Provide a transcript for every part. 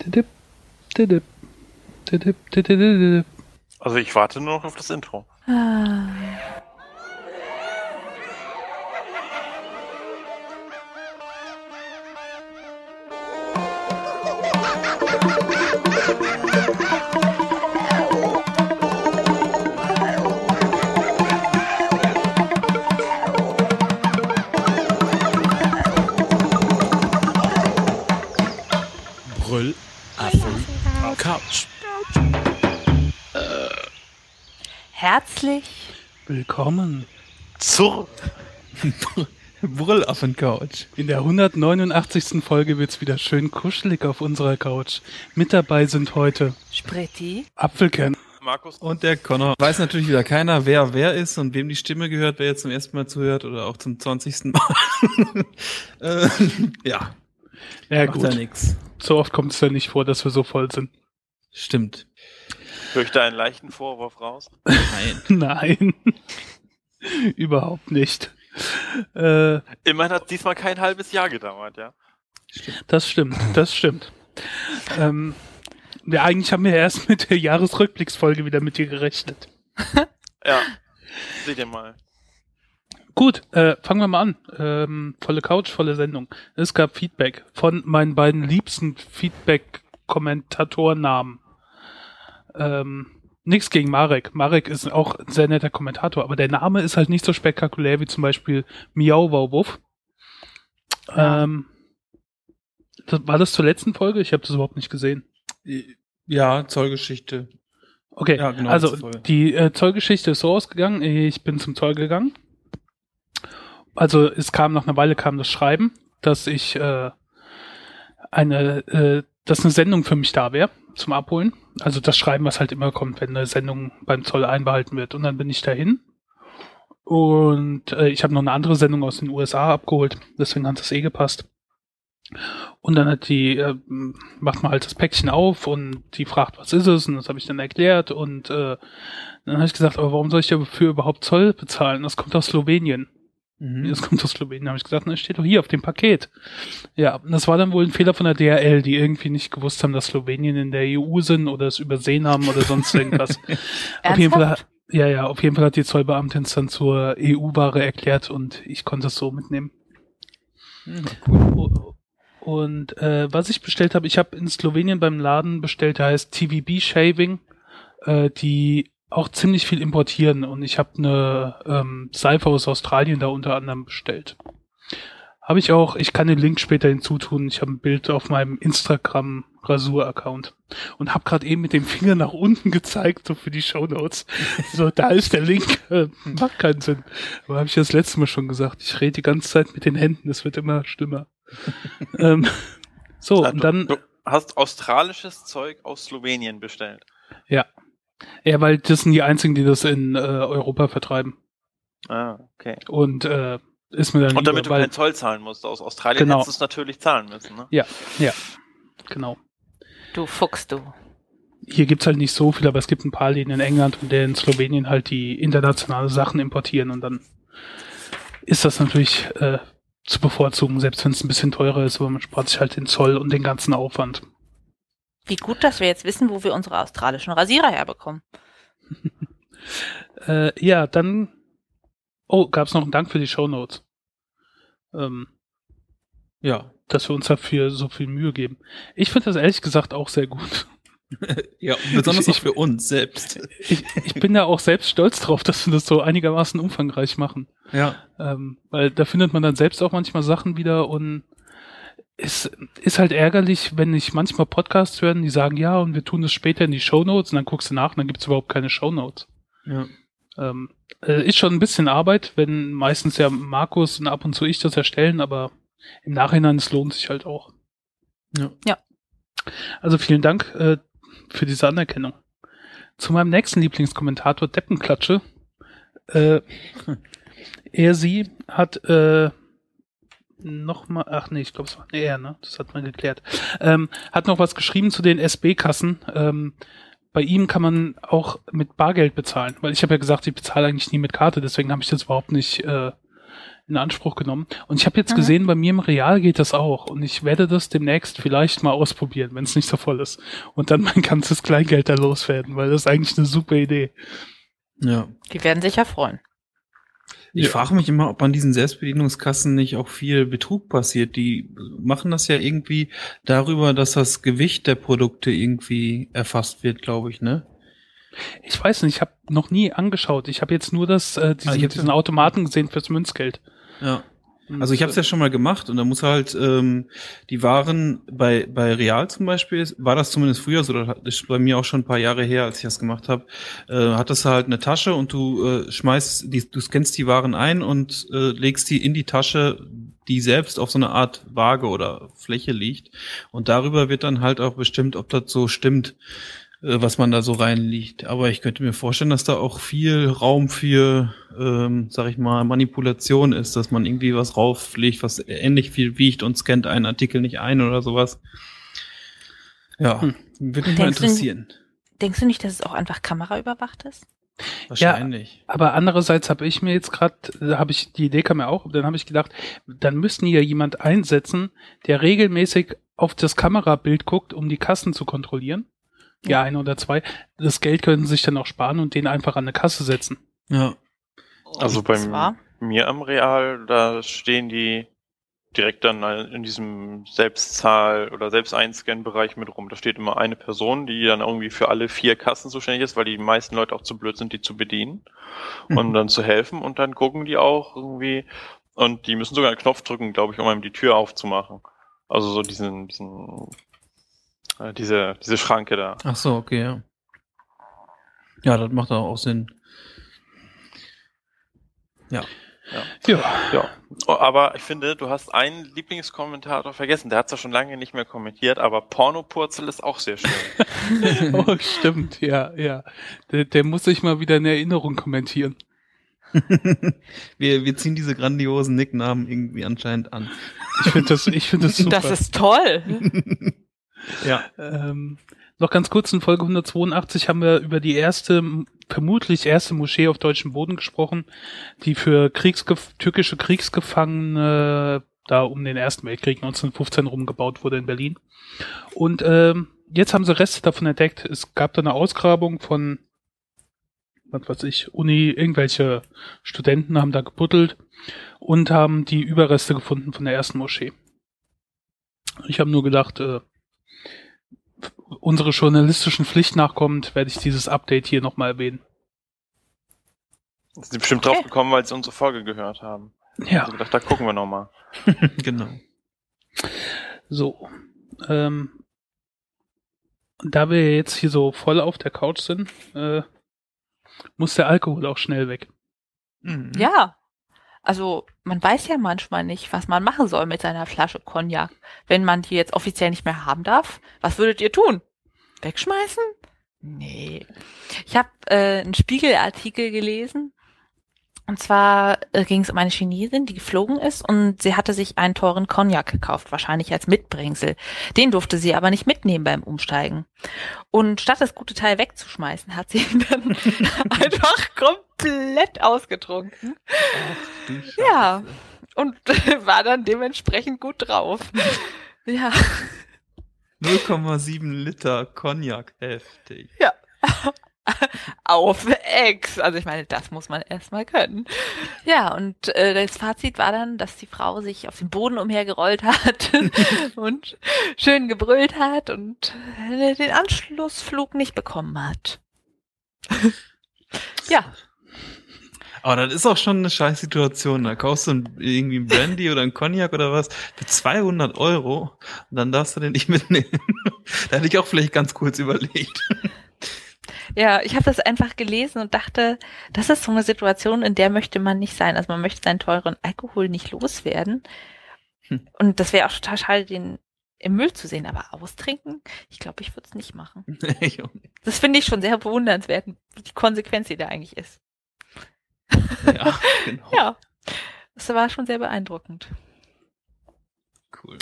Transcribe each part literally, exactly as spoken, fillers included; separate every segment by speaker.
Speaker 1: Also ich warte nur noch auf das Intro.
Speaker 2: Ah.
Speaker 3: Couch.
Speaker 2: Herzlich
Speaker 3: willkommen
Speaker 1: zur
Speaker 3: Brüllaffen-Couch. In der hundertneunundachtzigsten Folge wird's wieder schön kuschelig auf unserer Couch. Mit dabei sind heute
Speaker 2: Spritti,
Speaker 3: Apfelkern,
Speaker 1: Markus
Speaker 4: und der Connor. Weiß natürlich wieder keiner, wer wer ist und wem die Stimme gehört, wer jetzt zum ersten Mal zuhört oder auch zum zwanzigsten Mal. äh, ja.
Speaker 3: Ja,
Speaker 4: macht
Speaker 3: gut.
Speaker 4: ja nix.
Speaker 3: So oft kommt es ja nicht vor, dass wir so voll sind.
Speaker 4: Stimmt.
Speaker 1: Höre ich da einen leichten Vorwurf raus?
Speaker 4: Nein.
Speaker 3: Nein. Überhaupt nicht. Äh,
Speaker 1: Immerhin hat diesmal kein halbes Jahr gedauert, ja.
Speaker 3: das stimmt, das stimmt. ähm, ja, eigentlich haben wir erst mit der Jahresrückblicksfolge wieder mit dir gerechnet.
Speaker 1: Ja, seht ihr mal.
Speaker 3: Gut, äh, fangen wir mal an. Ähm, volle Couch, volle Sendung. Es gab Feedback von meinen beiden liebsten Feedback-Kommentatorennamen. Ähm, nichts gegen Marek. Marek ist auch ein sehr netter Kommentator, aber der Name ist halt nicht so spektakulär wie zum Beispiel Miau Wow Wuff.
Speaker 2: Ja.
Speaker 3: Ähm, das, war das zur letzten Folge? Ich habe das überhaupt nicht gesehen.
Speaker 4: Ja, Zollgeschichte.
Speaker 3: Okay,
Speaker 4: Ja, genau,
Speaker 3: also
Speaker 4: letzte Folge.
Speaker 3: die äh, Zollgeschichte ist so ausgegangen. Ich bin zum Zoll gegangen. Also es kam nach einer Weile kam das Schreiben, dass ich äh, eine, äh, dass eine Sendung für mich da wäre zum Abholen. Also das Schreiben, was halt immer kommt, wenn eine Sendung beim Zoll einbehalten wird. Und dann bin ich dahin. Und äh, ich habe noch eine andere Sendung aus den U S A abgeholt. Deswegen hat das eh gepasst. Und dann hat die, äh, macht man halt das Päckchen auf und die fragt, was ist es? Und das habe ich dann erklärt. Und äh, dann habe ich gesagt, aber warum soll ich dafür überhaupt Zoll bezahlen? Das kommt aus Slowenien.
Speaker 4: Mhm.
Speaker 3: Das kommt aus Slowenien, habe ich gesagt, das steht doch hier auf dem Paket. Ja, das war dann wohl ein Fehler von der D H L, die irgendwie nicht gewusst haben, dass Slowenien in der E U sind oder es übersehen haben oder sonst irgendwas. Auf jeden Fall, hat- ja, ja, auf jeden Fall hat die Zollbeamtin es dann zur E U-Ware erklärt und ich konnte es so mitnehmen.
Speaker 4: Mhm, cool.
Speaker 3: Und äh, was ich bestellt habe, ich habe in Slowenien beim Laden bestellt, der heißt T V B Shaving, äh, die auch ziemlich viel importieren und ich habe eine ähm, Seife aus Australien da unter anderem bestellt. Habe ich auch, ich kann den Link später hinzutun, ich habe ein Bild auf meinem Instagram-Rasur-Account und habe gerade eben mit dem Finger nach unten gezeigt, so für die Shownotes. So, da ist der Link, äh, macht keinen Sinn. Aber habe ich das letzte Mal schon gesagt, ich rede die ganze Zeit mit den Händen, das wird immer schlimmer. ähm, so,
Speaker 1: Ah,
Speaker 3: und
Speaker 1: du,
Speaker 3: dann...
Speaker 1: du hast australisches Zeug aus Slowenien bestellt.
Speaker 3: Ja. Ja, weil das sind die einzigen, die das in äh, Europa vertreiben.
Speaker 1: Ah, okay.
Speaker 3: Und äh, ist mir dann
Speaker 1: Und damit
Speaker 3: lieber,
Speaker 1: du
Speaker 3: weil,
Speaker 1: keinen Zoll zahlen musst. Aus Australien
Speaker 3: Genau.
Speaker 1: hättest du es natürlich zahlen müssen, ne?
Speaker 3: Ja, ja, genau.
Speaker 2: du Fuchs, du.
Speaker 3: Hier gibt's halt nicht so viel, aber es gibt ein paar Läden in England und der in Slowenien halt die internationale Sachen importieren und dann ist das natürlich äh, zu bevorzugen, selbst wenn es ein bisschen teurer ist, aber man spart sich halt den Zoll und den ganzen Aufwand.
Speaker 2: Wie gut, dass wir jetzt wissen, wo wir unsere australischen Rasierer herbekommen.
Speaker 3: Äh, ja, dann oh, gab's noch einen Dank für die Shownotes. Ähm,
Speaker 4: Ja.
Speaker 3: dass wir uns dafür so viel Mühe geben. Ich finde das ehrlich gesagt auch sehr gut.
Speaker 4: Ja, und besonders
Speaker 3: Ich-
Speaker 4: auch für uns selbst.
Speaker 3: Ich, ich bin da auch selbst stolz drauf, dass wir das so einigermaßen umfangreich machen.
Speaker 4: Ja.
Speaker 3: Ähm, weil da findet man dann selbst auch manchmal Sachen wieder und es ist halt ärgerlich, wenn ich manchmal Podcasts höre, die sagen, ja, und wir tun das später in die Shownotes und dann guckst du nach und dann gibt's überhaupt keine Shownotes.
Speaker 4: Ja.
Speaker 3: Ähm, äh, ist schon ein bisschen Arbeit, wenn meistens ja Markus und ab und zu ich das erstellen, aber im Nachhinein, es lohnt sich halt auch.
Speaker 4: Ja.
Speaker 2: Ja.
Speaker 3: Also vielen Dank äh, für diese Anerkennung. Zu meinem nächsten Lieblingskommentator, Deppenklatsche. Äh, er, sie hat äh, nochmal, ach nee, ich glaube, es war er, ne? Das hat man geklärt. Ähm, hat noch was geschrieben zu den S B-Kassen. Ähm, bei ihm kann man auch mit Bargeld bezahlen, weil ich habe ja gesagt, ich bezahle eigentlich nie mit Karte, deswegen habe ich das überhaupt nicht äh, in Anspruch genommen. Und ich habe jetzt
Speaker 2: Mhm.
Speaker 3: gesehen, bei mir im Real geht das auch. Und ich werde das demnächst vielleicht mal ausprobieren, wenn es nicht so voll ist. Und dann mein ganzes Kleingeld da loswerden, weil das ist eigentlich eine super Idee.
Speaker 4: Ja.
Speaker 2: Die werden sich ja freuen.
Speaker 4: Ich
Speaker 3: Ja.
Speaker 4: frage mich immer, ob an diesen Selbstbedienungskassen nicht auch viel Betrug passiert. Die machen das ja irgendwie darüber, dass das Gewicht der Produkte irgendwie erfasst wird, glaube ich, ne?
Speaker 3: Ich weiß nicht, ich habe noch nie angeschaut. Ich habe jetzt nur das, äh, diesen,
Speaker 4: Ah, ich hab
Speaker 3: diesen
Speaker 4: ja-
Speaker 3: Automaten gesehen fürs Münzgeld.
Speaker 4: Ja.
Speaker 3: Und,
Speaker 4: Also ich habe es ja schon mal gemacht und da muss halt ähm, die Waren bei bei Real zum Beispiel, war das zumindest früher so, das ist bei mir auch schon ein paar Jahre her, als ich das gemacht habe, äh, hattest du halt eine Tasche und du äh, schmeißt, die, du scannst die Waren ein und äh, legst die in die Tasche, die selbst auf so eine Art Waage oder Fläche liegt und darüber wird dann halt auch bestimmt, ob das so stimmt, äh, was man da so reinliegt. Aber ich könnte mir vorstellen, dass da auch viel Raum für, ähm, sag ich mal, Manipulation ist, dass man irgendwie was rauflegt, was ähnlich viel wiegt und scannt einen Artikel nicht ein oder sowas. Ja,
Speaker 3: Hm.
Speaker 4: würde mich mal
Speaker 2: Denkst du-
Speaker 4: interessieren.
Speaker 2: Denkst du nicht, dass es auch einfach kameraüberwacht ist?
Speaker 4: Wahrscheinlich.
Speaker 3: Aber andererseits habe ich mir jetzt gerade, da habe ich, die Idee kam mir auch, dann habe ich gedacht, dann müssten die ja jemand einsetzen, der regelmäßig auf das Kamerabild guckt, um die Kassen zu kontrollieren. Ja, ein oder zwei. Das Geld können sie sich dann auch sparen und den einfach an eine Kasse setzen.
Speaker 4: Ja.
Speaker 1: Also bei
Speaker 2: zwar-
Speaker 1: mir am Real, da stehen die direkt dann in diesem Selbstzahl- oder Selbsteinscan-Bereich mit rum. Da steht immer eine Person, die dann irgendwie für alle vier Kassen zuständig ist, weil die meisten Leute auch zu blöd sind, die zu bedienen und dann zu helfen. Und dann gucken die auch irgendwie und die müssen sogar einen Knopf drücken, glaube ich, um einem die Tür aufzumachen. Also so diesen, diesen äh, diese, diese Schranke da.
Speaker 4: Ach so, okay, ja. Ja, das macht auch Sinn. Ja.
Speaker 3: Ja.
Speaker 1: Ja, oh, aber ich finde, du hast einen Lieblingskommentator vergessen. Der hat zwar schon lange nicht mehr kommentiert, aber Pornopurzel ist auch sehr schön.
Speaker 3: Oh, stimmt, ja, ja. Der, der muss sich mal wieder in Erinnerung kommentieren.
Speaker 4: wir, wir ziehen diese grandiosen Nicknamen irgendwie anscheinend an.
Speaker 3: Ich finde das, ich finde das super.
Speaker 2: Das ist toll.
Speaker 4: Ja.
Speaker 3: Ähm, noch ganz kurz, in Folge hundertzweiundachtzig haben wir über die erste, vermutlich erste Moschee auf deutschem Boden gesprochen, die für Kriegsgef- türkische Kriegsgefangene da um den Ersten Weltkrieg neunzehnhundertfünfzehn rumgebaut wurde in Berlin. Und ähm, jetzt haben sie Reste davon entdeckt. Es gab da eine Ausgrabung von, was weiß ich, Uni, irgendwelche Studenten haben da gebuddelt und haben die Überreste gefunden von der ersten Moschee. Ich habe nur gedacht, äh, unsere journalistischen Pflicht nachkommt, werde ich dieses Update hier nochmal erwähnen.
Speaker 1: Sind bestimmt
Speaker 2: Okay.
Speaker 1: drauf gekommen, weil sie unsere Folge gehört haben. Ich
Speaker 3: Ja,
Speaker 1: habe gedacht, da gucken wir nochmal.
Speaker 4: Genau.
Speaker 3: so. Ähm, da wir jetzt hier so voll auf der Couch sind, äh, muss der Alkohol auch schnell weg.
Speaker 4: Mhm.
Speaker 2: Ja. Also, man weiß ja manchmal nicht, was man machen soll mit seiner Flasche Cognac. Wenn man die jetzt offiziell nicht mehr haben darf, was würdet ihr tun? Wegschmeißen? Nee. Ich habe äh, einen Spiegelartikel gelesen. Und zwar äh, ging es um eine Chinesin, die geflogen ist und sie hatte sich einen teuren Cognac gekauft, wahrscheinlich als Mitbringsel. Den durfte sie aber nicht mitnehmen beim Umsteigen. Und statt das gute Teil wegzuschmeißen, hat sie ihn dann einfach komplett ausgetrunken.
Speaker 4: Ach, du Scheiße.
Speaker 2: Ja. Und war dann dementsprechend gut drauf. Ja.
Speaker 4: null Komma sieben Liter Cognac, heftig.
Speaker 2: Auf Ex. Also ich meine, das muss man erstmal können. Ja, und äh, das Fazit war dann, dass die Frau sich auf den Boden umhergerollt hat und schön gebrüllt hat und äh, den Anschlussflug nicht bekommen hat. Ja,
Speaker 4: Aber das ist auch schon eine scheiß Situation. Da kaufst du ein- irgendwie ein Brandy oder ein Cognac oder was für zweihundert Euro und dann darfst du den nicht mitnehmen. Da hätte ich auch vielleicht ganz kurz überlegt.
Speaker 2: ja, ich habe das einfach gelesen und dachte, das ist so eine Situation, in der möchte man nicht sein. Also man möchte seinen teuren Alkohol nicht loswerden.
Speaker 4: Hm.
Speaker 2: Und das wäre auch total schade, den im Müll zu sehen. Aber austrinken, ich glaube, ich würde es nicht machen.
Speaker 4: Ich auch nicht.
Speaker 2: Das finde ich schon sehr bewundernswert, wie die Konsequenz, die da eigentlich ist.
Speaker 4: Ja, genau.
Speaker 2: Ja, das war schon sehr beeindruckend.
Speaker 4: Cool.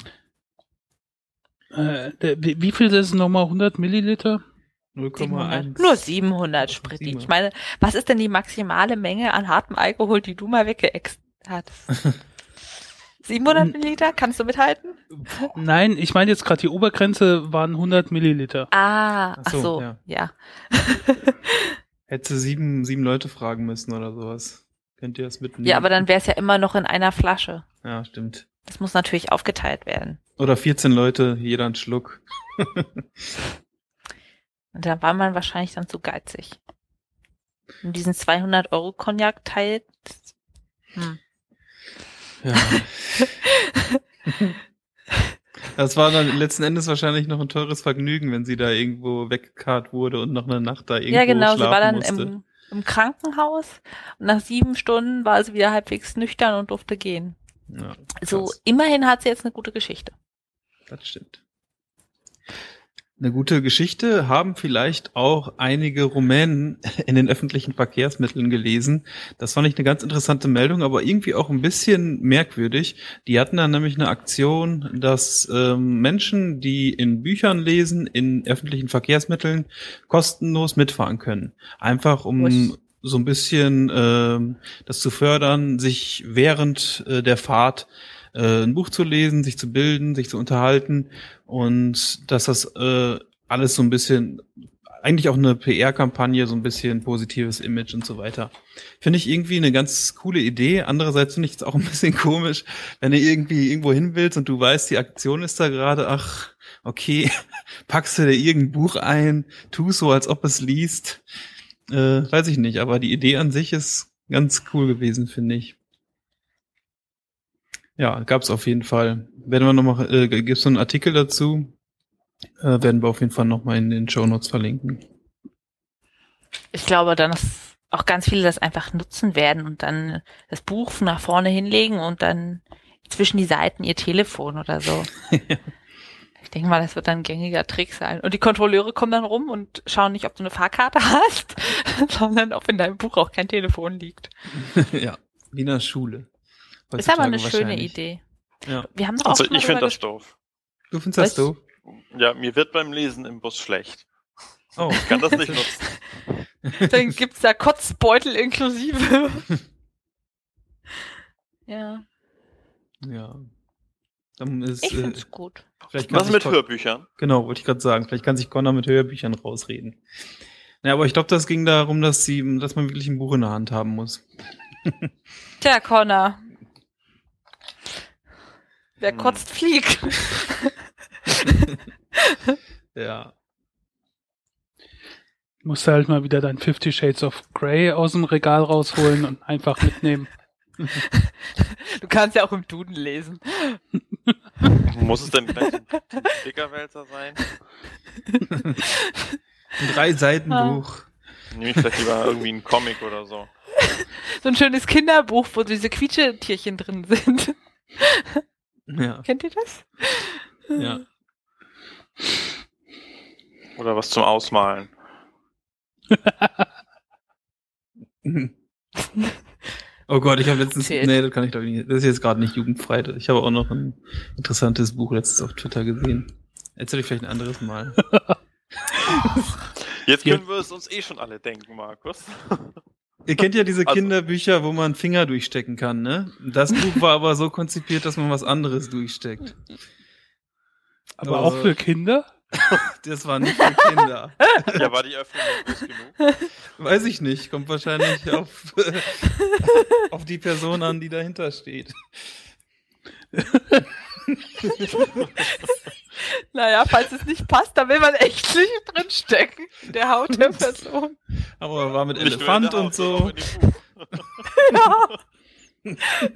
Speaker 3: Äh, der, wie, wie viel ist es nochmal? hundert Milliliter?
Speaker 4: null Komma eins.
Speaker 2: siebenhundert. Nur siebenhundert Spritti. Ich meine, was ist denn die maximale Menge an hartem Alkohol, die du mal weggeext hat. siebenhundert Milliliter, kannst du mithalten?
Speaker 3: Nein, ich meine jetzt gerade, die Obergrenze waren hundert Milliliter.
Speaker 2: Ah,
Speaker 4: Ach
Speaker 2: ach
Speaker 4: so,
Speaker 2: so,
Speaker 4: ja.
Speaker 2: ja.
Speaker 4: Hätte sieben, sieben Leute fragen müssen oder sowas. Könnt ihr das mitnehmen?
Speaker 2: Ja, aber dann wäre es ja immer noch in einer Flasche.
Speaker 4: Ja, stimmt.
Speaker 2: Das muss natürlich aufgeteilt werden.
Speaker 4: Oder vierzehn Leute, jeder einen Schluck.
Speaker 2: Und da war man wahrscheinlich dann zu geizig. Und diesen zweihundert Euro Cognac teilt. Hm.
Speaker 4: Ja. Das war dann letzten Endes wahrscheinlich noch ein teures Vergnügen, wenn sie da irgendwo weggekarrt wurde und noch eine Nacht da irgendwo
Speaker 2: Ja, genau, sie
Speaker 4: schlafen
Speaker 2: war dann
Speaker 4: musste.
Speaker 2: im, im Krankenhaus und nach sieben Stunden war sie wieder halbwegs nüchtern und durfte gehen.
Speaker 4: Ja,
Speaker 2: So,
Speaker 4: krass.
Speaker 2: immerhin hat sie jetzt eine gute Geschichte.
Speaker 4: Das stimmt. Eine gute Geschichte haben vielleicht auch einige Rumänen in den öffentlichen Verkehrsmitteln gelesen. Das fand ich eine ganz interessante Meldung, aber irgendwie auch ein bisschen merkwürdig. Die hatten dann nämlich eine Aktion, dass ähm, Menschen, die in Büchern lesen, in öffentlichen Verkehrsmitteln kostenlos mitfahren können. Einfach um
Speaker 2: Was?
Speaker 4: so ein bisschen ähm, das zu fördern, sich während äh, der Fahrt äh, ein Buch zu lesen, sich zu bilden, sich zu unterhalten und dass das äh, alles so ein bisschen, eigentlich auch eine P R-Kampagne, so ein bisschen positives Image und so weiter. Finde ich irgendwie eine ganz coole Idee. Andererseits finde ich es auch ein bisschen komisch, wenn du irgendwie irgendwo hin willst und du weißt, die Aktion ist da gerade, ach, okay, packst du dir irgendein Buch ein, tu so, als ob es liest. Äh, weiß ich nicht, aber die Idee an sich ist ganz cool gewesen, finde ich. Ja, gab's auf jeden Fall. Werden wir noch mal, äh, gibt's so einen Artikel dazu? Äh, werden wir auf jeden Fall noch mal in den Shownotes verlinken.
Speaker 2: Ich glaube dann, dass auch ganz viele das einfach nutzen werden und dann das Buch nach vorne hinlegen und dann zwischen die Seiten ihr Telefon oder so. Ich denke mal, das wird dann ein gängiger Trick sein. Und die Kontrolleure kommen dann rum und schauen nicht, ob du eine Fahrkarte hast, sondern ob in deinem Buch auch kein Telefon liegt.
Speaker 4: Ja, wie in der Schule.
Speaker 2: Ist aber eine
Speaker 4: Heutzutage
Speaker 2: schöne
Speaker 4: wahrscheinlich.
Speaker 2: Idee.
Speaker 4: Ja.
Speaker 2: Wir haben doch auch
Speaker 1: Also
Speaker 2: schon mal
Speaker 1: ich finde
Speaker 2: drüber
Speaker 1: das doof.
Speaker 4: Du findest das
Speaker 2: Was?
Speaker 4: doof?
Speaker 1: Ja, mir wird beim Lesen im Bus schlecht.
Speaker 4: Oh.
Speaker 1: Ich kann das nicht nutzen.
Speaker 2: gesprochen. Dann gibt's da Kotzbeutel inklusive. Ja,
Speaker 4: Ja. Dann ist,
Speaker 2: ich
Speaker 4: äh,
Speaker 2: find's gut.
Speaker 4: vielleicht kann
Speaker 1: Was
Speaker 4: sich
Speaker 1: mit
Speaker 4: Con-
Speaker 1: Hörbüchern?
Speaker 4: Genau, wollte ich gerade sagen. Vielleicht kann sich Connor mit Hörbüchern rausreden. Ja, aber ich glaube, das ging darum, dass sie, dass man wirklich ein Buch in der Hand haben muss.
Speaker 2: Tja, Connor. Wer
Speaker 1: Hm.
Speaker 2: kotzt, fliegt.
Speaker 4: Ja.
Speaker 3: Musst du halt mal wieder dein Fifty Shades of Grey aus dem Regal rausholen und einfach mitnehmen.
Speaker 2: Du kannst ja auch im Duden lesen.
Speaker 1: Muss es denn gleich ein Dickerwälzer sein?
Speaker 4: Ein Drei-Seiten-Buch.
Speaker 1: Nehme ich vielleicht lieber irgendwie einen Comic oder so.
Speaker 2: So ein schönes Kinderbuch, wo diese Quietschetierchen drin sind.
Speaker 4: Ja.
Speaker 2: Kennt ihr das?
Speaker 4: Ja.
Speaker 1: Oder was zum Ausmalen.
Speaker 4: Oh Gott, ich habe letztens,
Speaker 2: Zählt.
Speaker 4: nee, das kann ich glaube ich nicht. Das ist jetzt gerade nicht jugendfrei. Ich habe auch noch ein interessantes Buch letztens auf Twitter gesehen. Erzähl ich vielleicht ein anderes Mal.
Speaker 1: Jetzt
Speaker 3: Ja.
Speaker 1: können wir es uns eh schon alle denken, Markus.
Speaker 4: Ihr kennt ja diese
Speaker 1: Also-
Speaker 4: Kinderbücher, wo man Finger durchstecken kann, ne? Das Buch war aber so konzipiert, dass man was anderes durchsteckt.
Speaker 3: Aber
Speaker 4: Also-
Speaker 3: auch für Kinder?
Speaker 4: Das war nicht für Kinder.
Speaker 1: Ja, war die Öffnung groß genug?
Speaker 4: Weiß ich nicht. Kommt wahrscheinlich auf, auf die Person an, die dahinter steht.
Speaker 2: Naja, falls es nicht passt, dann will man echt nicht drinstecken. In der Haut der Person.
Speaker 4: Aber war mit
Speaker 1: Nicht nur in
Speaker 4: Elefant
Speaker 1: der
Speaker 4: und
Speaker 1: Haut, sondern auch
Speaker 4: so.
Speaker 1: in dem Buch.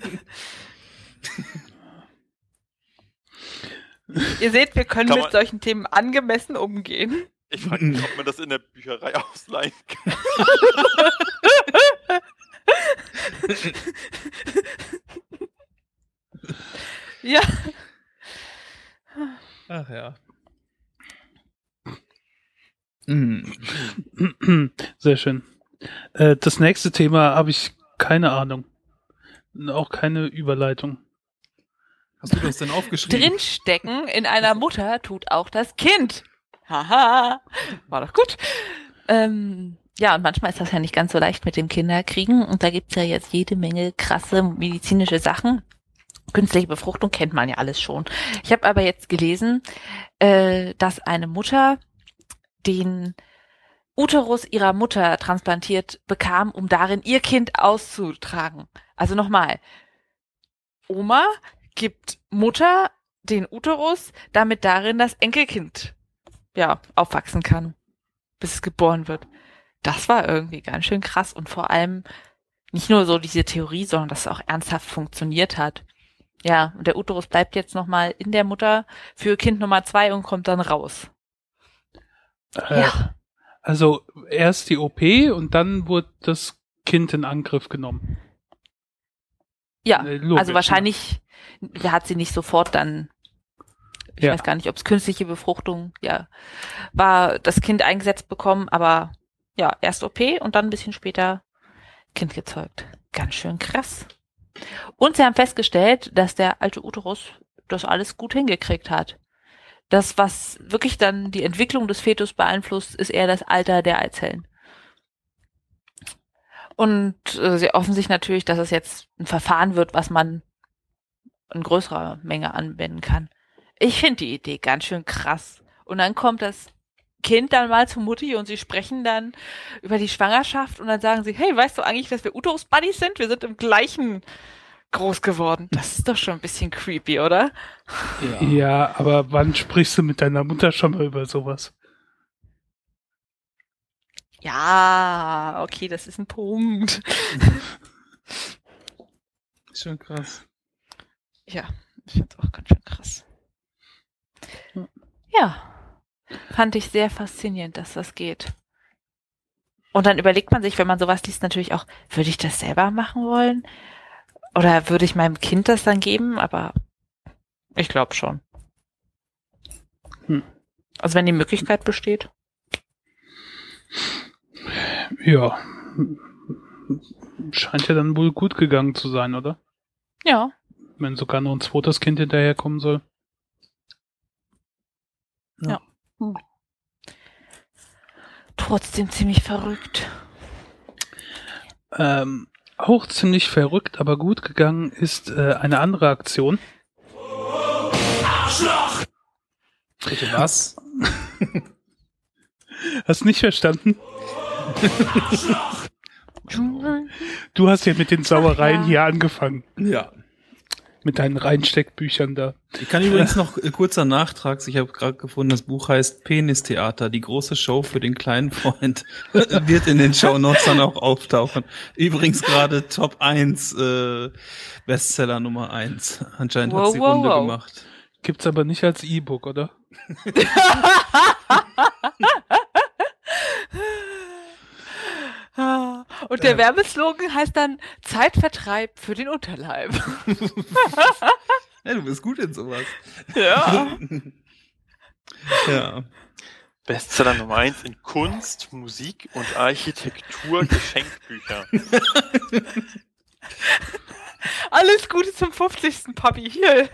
Speaker 2: Ja. Ihr seht, wir können
Speaker 1: Kann
Speaker 2: mit
Speaker 1: man-
Speaker 2: solchen Themen angemessen umgehen.
Speaker 1: Ich frage mich, ob man das in der Bücherei ausleihen kann.
Speaker 2: Ja.
Speaker 4: Ach ja. Mhm.
Speaker 3: Sehr schön. Äh, das nächste Thema habe ich keine Ahnung. Auch keine Überleitung.
Speaker 4: Hast du das denn aufgeschrieben?
Speaker 2: Drinstecken in einer Mutter tut auch das Kind. Haha. War doch gut. Ähm, Ja, und manchmal ist das ja nicht ganz so leicht mit dem Kinderkriegen. Und da gibt's ja jetzt jede Menge krasse medizinische Sachen. Künstliche Befruchtung kennt man ja alles schon. Ich habe aber jetzt gelesen, äh, dass eine Mutter den Uterus ihrer Mutter transplantiert bekam, um darin ihr Kind auszutragen. Also nochmal, Oma gibt Mutter den Uterus, damit darin das Enkelkind ja aufwachsen kann, bis es geboren wird. Das war irgendwie ganz schön krass und vor allem nicht nur so diese Theorie, sondern dass es auch ernsthaft funktioniert hat. Ja, und der Uterus bleibt jetzt nochmal in der Mutter für Kind Nummer zwei und kommt dann raus.
Speaker 3: Äh, ja. Also erst die O P und dann wurde das Kind in Angriff genommen.
Speaker 2: Ja,
Speaker 3: äh, logisch,
Speaker 2: also wahrscheinlich ja. hat sie nicht sofort dann, ich ja. weiß gar nicht, ob es künstliche Befruchtung, ja, war das Kind eingesetzt bekommen, aber ja, erst O P und dann ein bisschen später Kind gezeugt. Ganz schön krass. Und sie haben festgestellt, dass der alte Uterus das alles gut hingekriegt hat. Das, was wirklich dann die Entwicklung des Fetus beeinflusst, ist eher das Alter der Eizellen. Und äh, sie hoffen sich natürlich, dass es jetzt ein Verfahren wird, was man in größerer Menge anwenden kann. Ich finde die Idee ganz schön krass. Und dann kommt das Kind dann mal zu Mutti und sie sprechen dann über die Schwangerschaft und dann sagen sie, hey, weißt du eigentlich, dass wir Uterus-Buddies sind? Wir sind im gleichen groß geworden. Das ist doch schon ein bisschen creepy, oder?
Speaker 3: Ja. Ja, aber wann sprichst du mit deiner Mutter schon mal über sowas?
Speaker 2: Ja, okay, das ist ein Punkt.
Speaker 4: Ist schon krass.
Speaker 2: Ja, ich finde es auch ganz schön krass. Ja, fand ich sehr faszinierend, dass das geht. Und dann überlegt man sich, wenn man sowas liest, natürlich auch, würde ich das selber machen wollen? Oder würde ich meinem Kind das dann geben? Aber ich glaube schon. Hm. Also wenn die Möglichkeit besteht.
Speaker 3: Ja. Scheint ja dann wohl gut gegangen zu sein, oder?
Speaker 2: Ja.
Speaker 3: Wenn sogar noch ein zweites Kind hinterherkommen soll.
Speaker 2: Ja. ja. Hm. Trotzdem ziemlich verrückt.
Speaker 3: Ähm, auch ziemlich verrückt, aber gut gegangen ist äh, eine andere Aktion.
Speaker 4: Arschloch! Bitte was?
Speaker 3: Hast nicht verstanden?
Speaker 4: Arschloch!
Speaker 3: Du hast ja mit den Sauereien
Speaker 2: Ach, ja.
Speaker 3: hier angefangen.
Speaker 4: Ja.
Speaker 3: Mit deinen Reinsteckbüchern da.
Speaker 4: Ich kann übrigens noch äh, kurzer Nachtrag. Ich habe gerade gefunden, das Buch heißt Penistheater, die große Show für den kleinen Freund. Wird in den Shownotes dann auch auftauchen. Übrigens gerade Top eins äh, Bestseller Nummer eins. Anscheinend
Speaker 2: wow,
Speaker 4: hat's die
Speaker 2: wow,
Speaker 4: Runde
Speaker 2: wow.
Speaker 4: gemacht.
Speaker 3: Gibt's aber nicht als E-Book, oder?
Speaker 2: Und der äh. Werbeslogan heißt dann Zeitvertreib für den Unterleib.
Speaker 4: Ja, du bist gut in sowas.
Speaker 2: Ja.
Speaker 4: Ja.
Speaker 1: Bestseller Nummer eins in Kunst, Musik und Architektur Geschenkbücher.
Speaker 2: Alles Gute zum fünfzigsten Papi hier.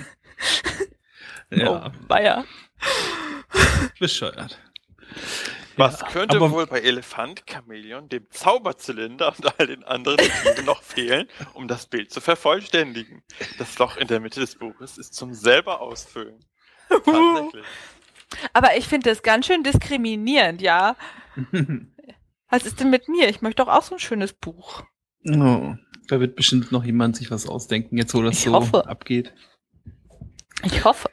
Speaker 4: Ja.
Speaker 2: Oh, Bayer.
Speaker 4: Bescheuert.
Speaker 1: Was
Speaker 4: ja,
Speaker 1: könnte wohl bei Elefant, Chamäleon, dem Zauberzylinder und all den anderen Motiven noch fehlen, um das Bild zu vervollständigen? Das Loch in der Mitte des Buches ist zum selber ausfüllen. Tatsächlich.
Speaker 2: Aber ich finde das ganz schön diskriminierend, ja? Was ist denn mit mir? Ich möchte doch auch so ein schönes Buch.
Speaker 4: Oh, da wird bestimmt noch jemand sich was ausdenken, jetzt wo das
Speaker 2: ich
Speaker 4: so
Speaker 2: hoffe.
Speaker 4: abgeht.
Speaker 2: Ich hoffe.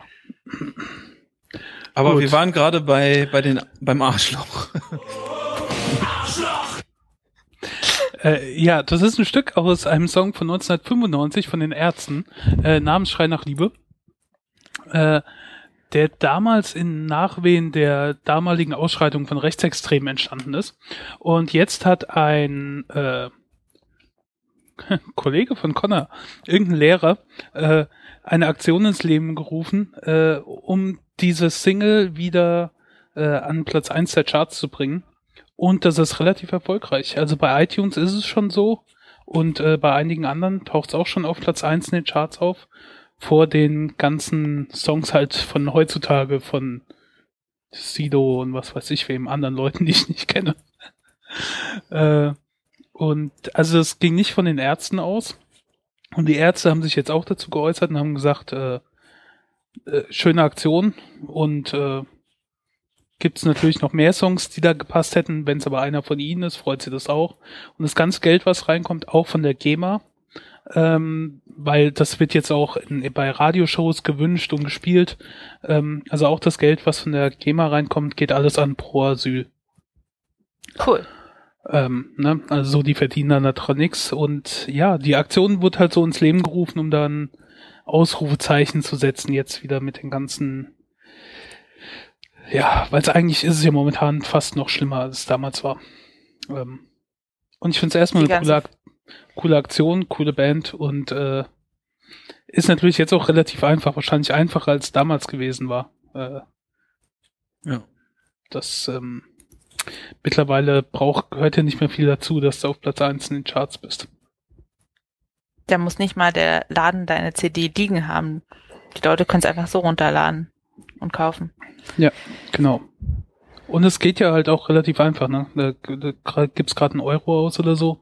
Speaker 4: Aber
Speaker 3: Gut.
Speaker 4: wir waren gerade bei, bei den, beim Arschloch. Arschloch!
Speaker 3: Äh, ja, das ist ein Stück aus einem Song von neunzehnhundertfünfundneunzig von den Ärzten, äh, namens Schrei nach Liebe, äh, der damals in Nachwehen der damaligen Ausschreitung von Rechtsextremen entstanden ist. Und jetzt hat ein äh, Kollege von Connor, irgendein Lehrer, äh, eine Aktion ins Leben gerufen, äh, um diese Single wieder äh, an Platz eins der Charts zu bringen. Und das ist relativ erfolgreich. Also bei iTunes ist es schon so und äh, bei einigen anderen taucht es auch schon auf Platz eins in den Charts auf. Vor den ganzen Songs halt von heutzutage, von Sido und was weiß ich, wem anderen Leuten, die ich nicht kenne. äh, und also es ging nicht von den Ärzten aus. Und die Ärzte haben sich jetzt auch dazu geäußert und haben gesagt, äh, äh, schöne Aktion und äh, gibt es natürlich noch mehr Songs, die da gepasst hätten. Wenn es aber einer von ihnen ist, freut sie das auch. Und das ganze Geld, was reinkommt, auch von der GEMA, ähm, weil das wird jetzt auch in, bei Radioshows gewünscht und gespielt. Ähm, also auch das Geld, was von der GEMA reinkommt, geht alles an Pro Asyl.
Speaker 2: Cool.
Speaker 3: Ähm, ne? Also so, die verdienen dann da nichts. Und ja, die Aktion wurde halt so ins Leben gerufen, um dann Ausrufezeichen zu setzen, jetzt wieder mit den ganzen, ja, weil es eigentlich ist es ja momentan fast noch schlimmer, als es damals war. Ähm, und ich finde es erstmal
Speaker 2: Die
Speaker 3: eine coole, Ak- coole Aktion, coole Band und äh, ist natürlich jetzt auch relativ einfach, wahrscheinlich einfacher als damals gewesen war. Äh,
Speaker 4: Ja.
Speaker 3: das ähm, mittlerweile braucht, gehört ja nicht mehr viel dazu, dass du auf Platz eins in den Charts bist.
Speaker 2: Da muss nicht mal der Laden deine C D liegen haben. Die Leute können es einfach so runterladen und kaufen.
Speaker 3: Ja, genau. Und es geht ja halt auch relativ einfach, ne? Da, da gibt's gerade einen Euro aus oder so.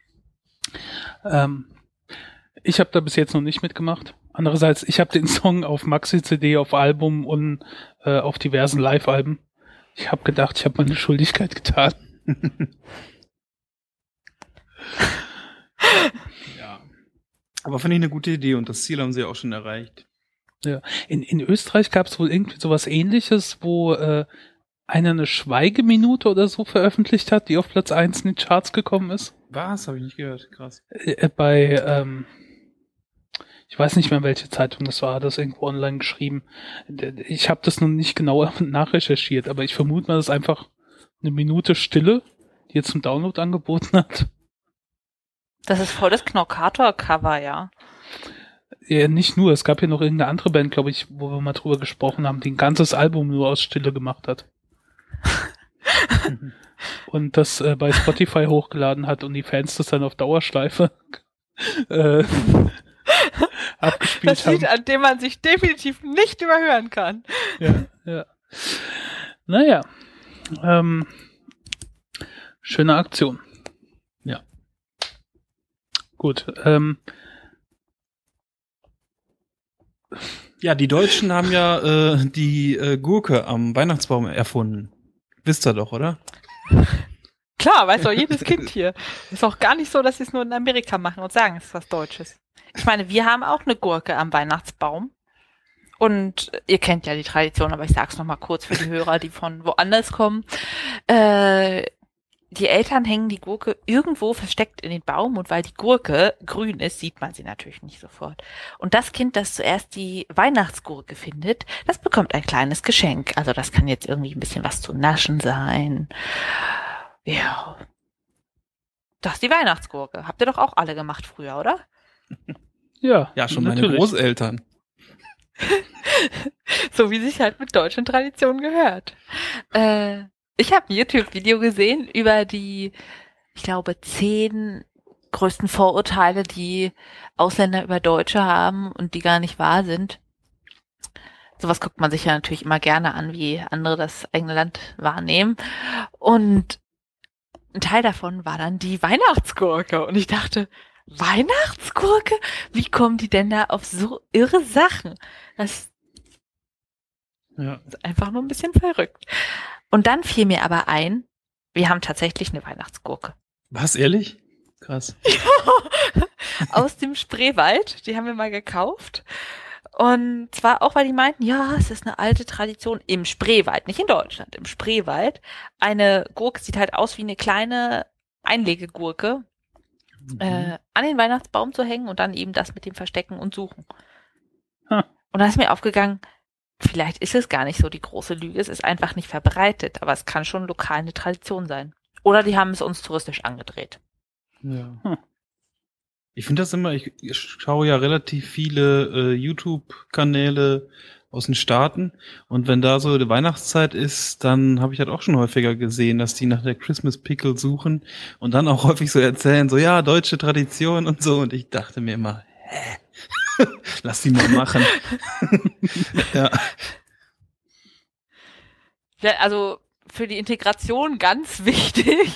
Speaker 3: Ähm, ich habe da bis jetzt noch nicht mitgemacht. Andererseits, ich habe den Song auf Maxi-C D, auf Album und äh, auf diversen Live-Alben. Ich habe gedacht, ich habe meine Schuldigkeit getan.
Speaker 4: Ja. Aber finde ich eine gute Idee und das Ziel haben sie ja auch schon erreicht.
Speaker 3: Ja. In, in Österreich gab es wohl irgendwie sowas Ähnliches, wo äh, einer eine Schweigeminute oder so veröffentlicht hat, die auf Platz eins in die Charts gekommen ist.
Speaker 4: Was? Habe ich nicht gehört. Krass.
Speaker 3: Äh, bei, ähm, ich weiß nicht mehr, welche Zeitung das war, hat das irgendwo online geschrieben. Ich habe das noch nicht genau nachrecherchiert, aber ich vermute mal, das ist einfach eine Minute Stille, die jetzt zum Download angeboten hat.
Speaker 2: Das ist voll das Knockator-Cover, ja.
Speaker 3: Ja, nicht nur, es gab hier noch irgendeine andere Band, glaube ich, wo wir mal drüber gesprochen haben, die ein ganzes Album nur aus Stille gemacht hat. Und das äh, bei Spotify hochgeladen hat und die Fans das dann auf Dauerschleife äh, abgespielt
Speaker 2: Das Lied,
Speaker 3: haben.
Speaker 2: an dem man sich definitiv nicht überhören kann.
Speaker 3: Ja, ja. Naja. Ähm, schöne Aktion.
Speaker 4: Ja.
Speaker 3: Gut. Ähm,
Speaker 4: Ja, die Deutschen haben ja äh, die äh, Gurke am Weihnachtsbaum erfunden. Wisst ihr doch, oder?
Speaker 2: Klar, weiß doch jedes Kind hier. Ist auch gar nicht so, dass sie es nur in Amerika machen und sagen, es ist was Deutsches. Ich meine, wir haben auch eine Gurke am Weihnachtsbaum. Und ihr kennt ja die Tradition, aber ich sag's noch mal kurz für die Hörer, die von woanders kommen. Äh, die Eltern hängen die Gurke irgendwo versteckt in den Baum und weil die Gurke grün ist, sieht man sie natürlich nicht sofort. Und das Kind, das zuerst die Weihnachtsgurke findet, das bekommt ein kleines Geschenk. Also das kann jetzt irgendwie ein bisschen was zu naschen sein. Ja. Das ist die Weihnachtsgurke. Habt ihr doch auch alle gemacht früher, oder?
Speaker 3: ja,
Speaker 4: Ja, schon
Speaker 3: natürlich.
Speaker 4: meine Großeltern.
Speaker 2: So wie sich halt mit deutschen Traditionen gehört. Äh, ich habe ein YouTube-Video gesehen über die, ich glaube, zehn größten Vorurteile, die Ausländer über Deutsche haben und die gar nicht wahr sind. Sowas guckt man sich ja natürlich immer gerne an, wie andere das eigene Land wahrnehmen. Und ein Teil davon war dann die Weihnachtsgurke. Und ich dachte, Weihnachtsgurke? Wie kommen die denn da auf so irre Sachen? Das
Speaker 4: Ja.
Speaker 2: ist einfach nur ein bisschen verrückt. Und dann fiel mir aber ein, wir haben tatsächlich eine Weihnachtsgurke.
Speaker 4: Was, ehrlich? Krass.
Speaker 2: Aus dem Spreewald. Die haben wir mal gekauft. Und zwar auch, weil die meinten, ja, es ist eine alte Tradition im Spreewald, nicht in Deutschland, im Spreewald. Eine Gurke sieht halt aus wie eine kleine Einlegegurke,
Speaker 4: Mhm.
Speaker 2: äh, an den Weihnachtsbaum zu hängen und dann eben das mit dem Verstecken und Suchen.
Speaker 3: Ha.
Speaker 2: Und dann ist mir aufgegangen, vielleicht ist es gar nicht so die große Lüge, es ist einfach nicht verbreitet, aber es kann schon lokal eine Tradition sein. Oder die haben es uns touristisch angedreht.
Speaker 4: Ja.
Speaker 3: Hm.
Speaker 4: Ich finde das immer, ich, ich schaue ja relativ viele äh, YouTube-Kanäle aus den Staaten und wenn da so die Weihnachtszeit ist, dann habe ich halt auch schon häufiger gesehen, dass die nach der Christmas Pickle suchen und dann auch häufig so erzählen, so ja, deutsche Tradition und so und ich dachte mir immer, hä? Lass die mal machen. Ja.
Speaker 2: Ja, also für die Integration ganz wichtig.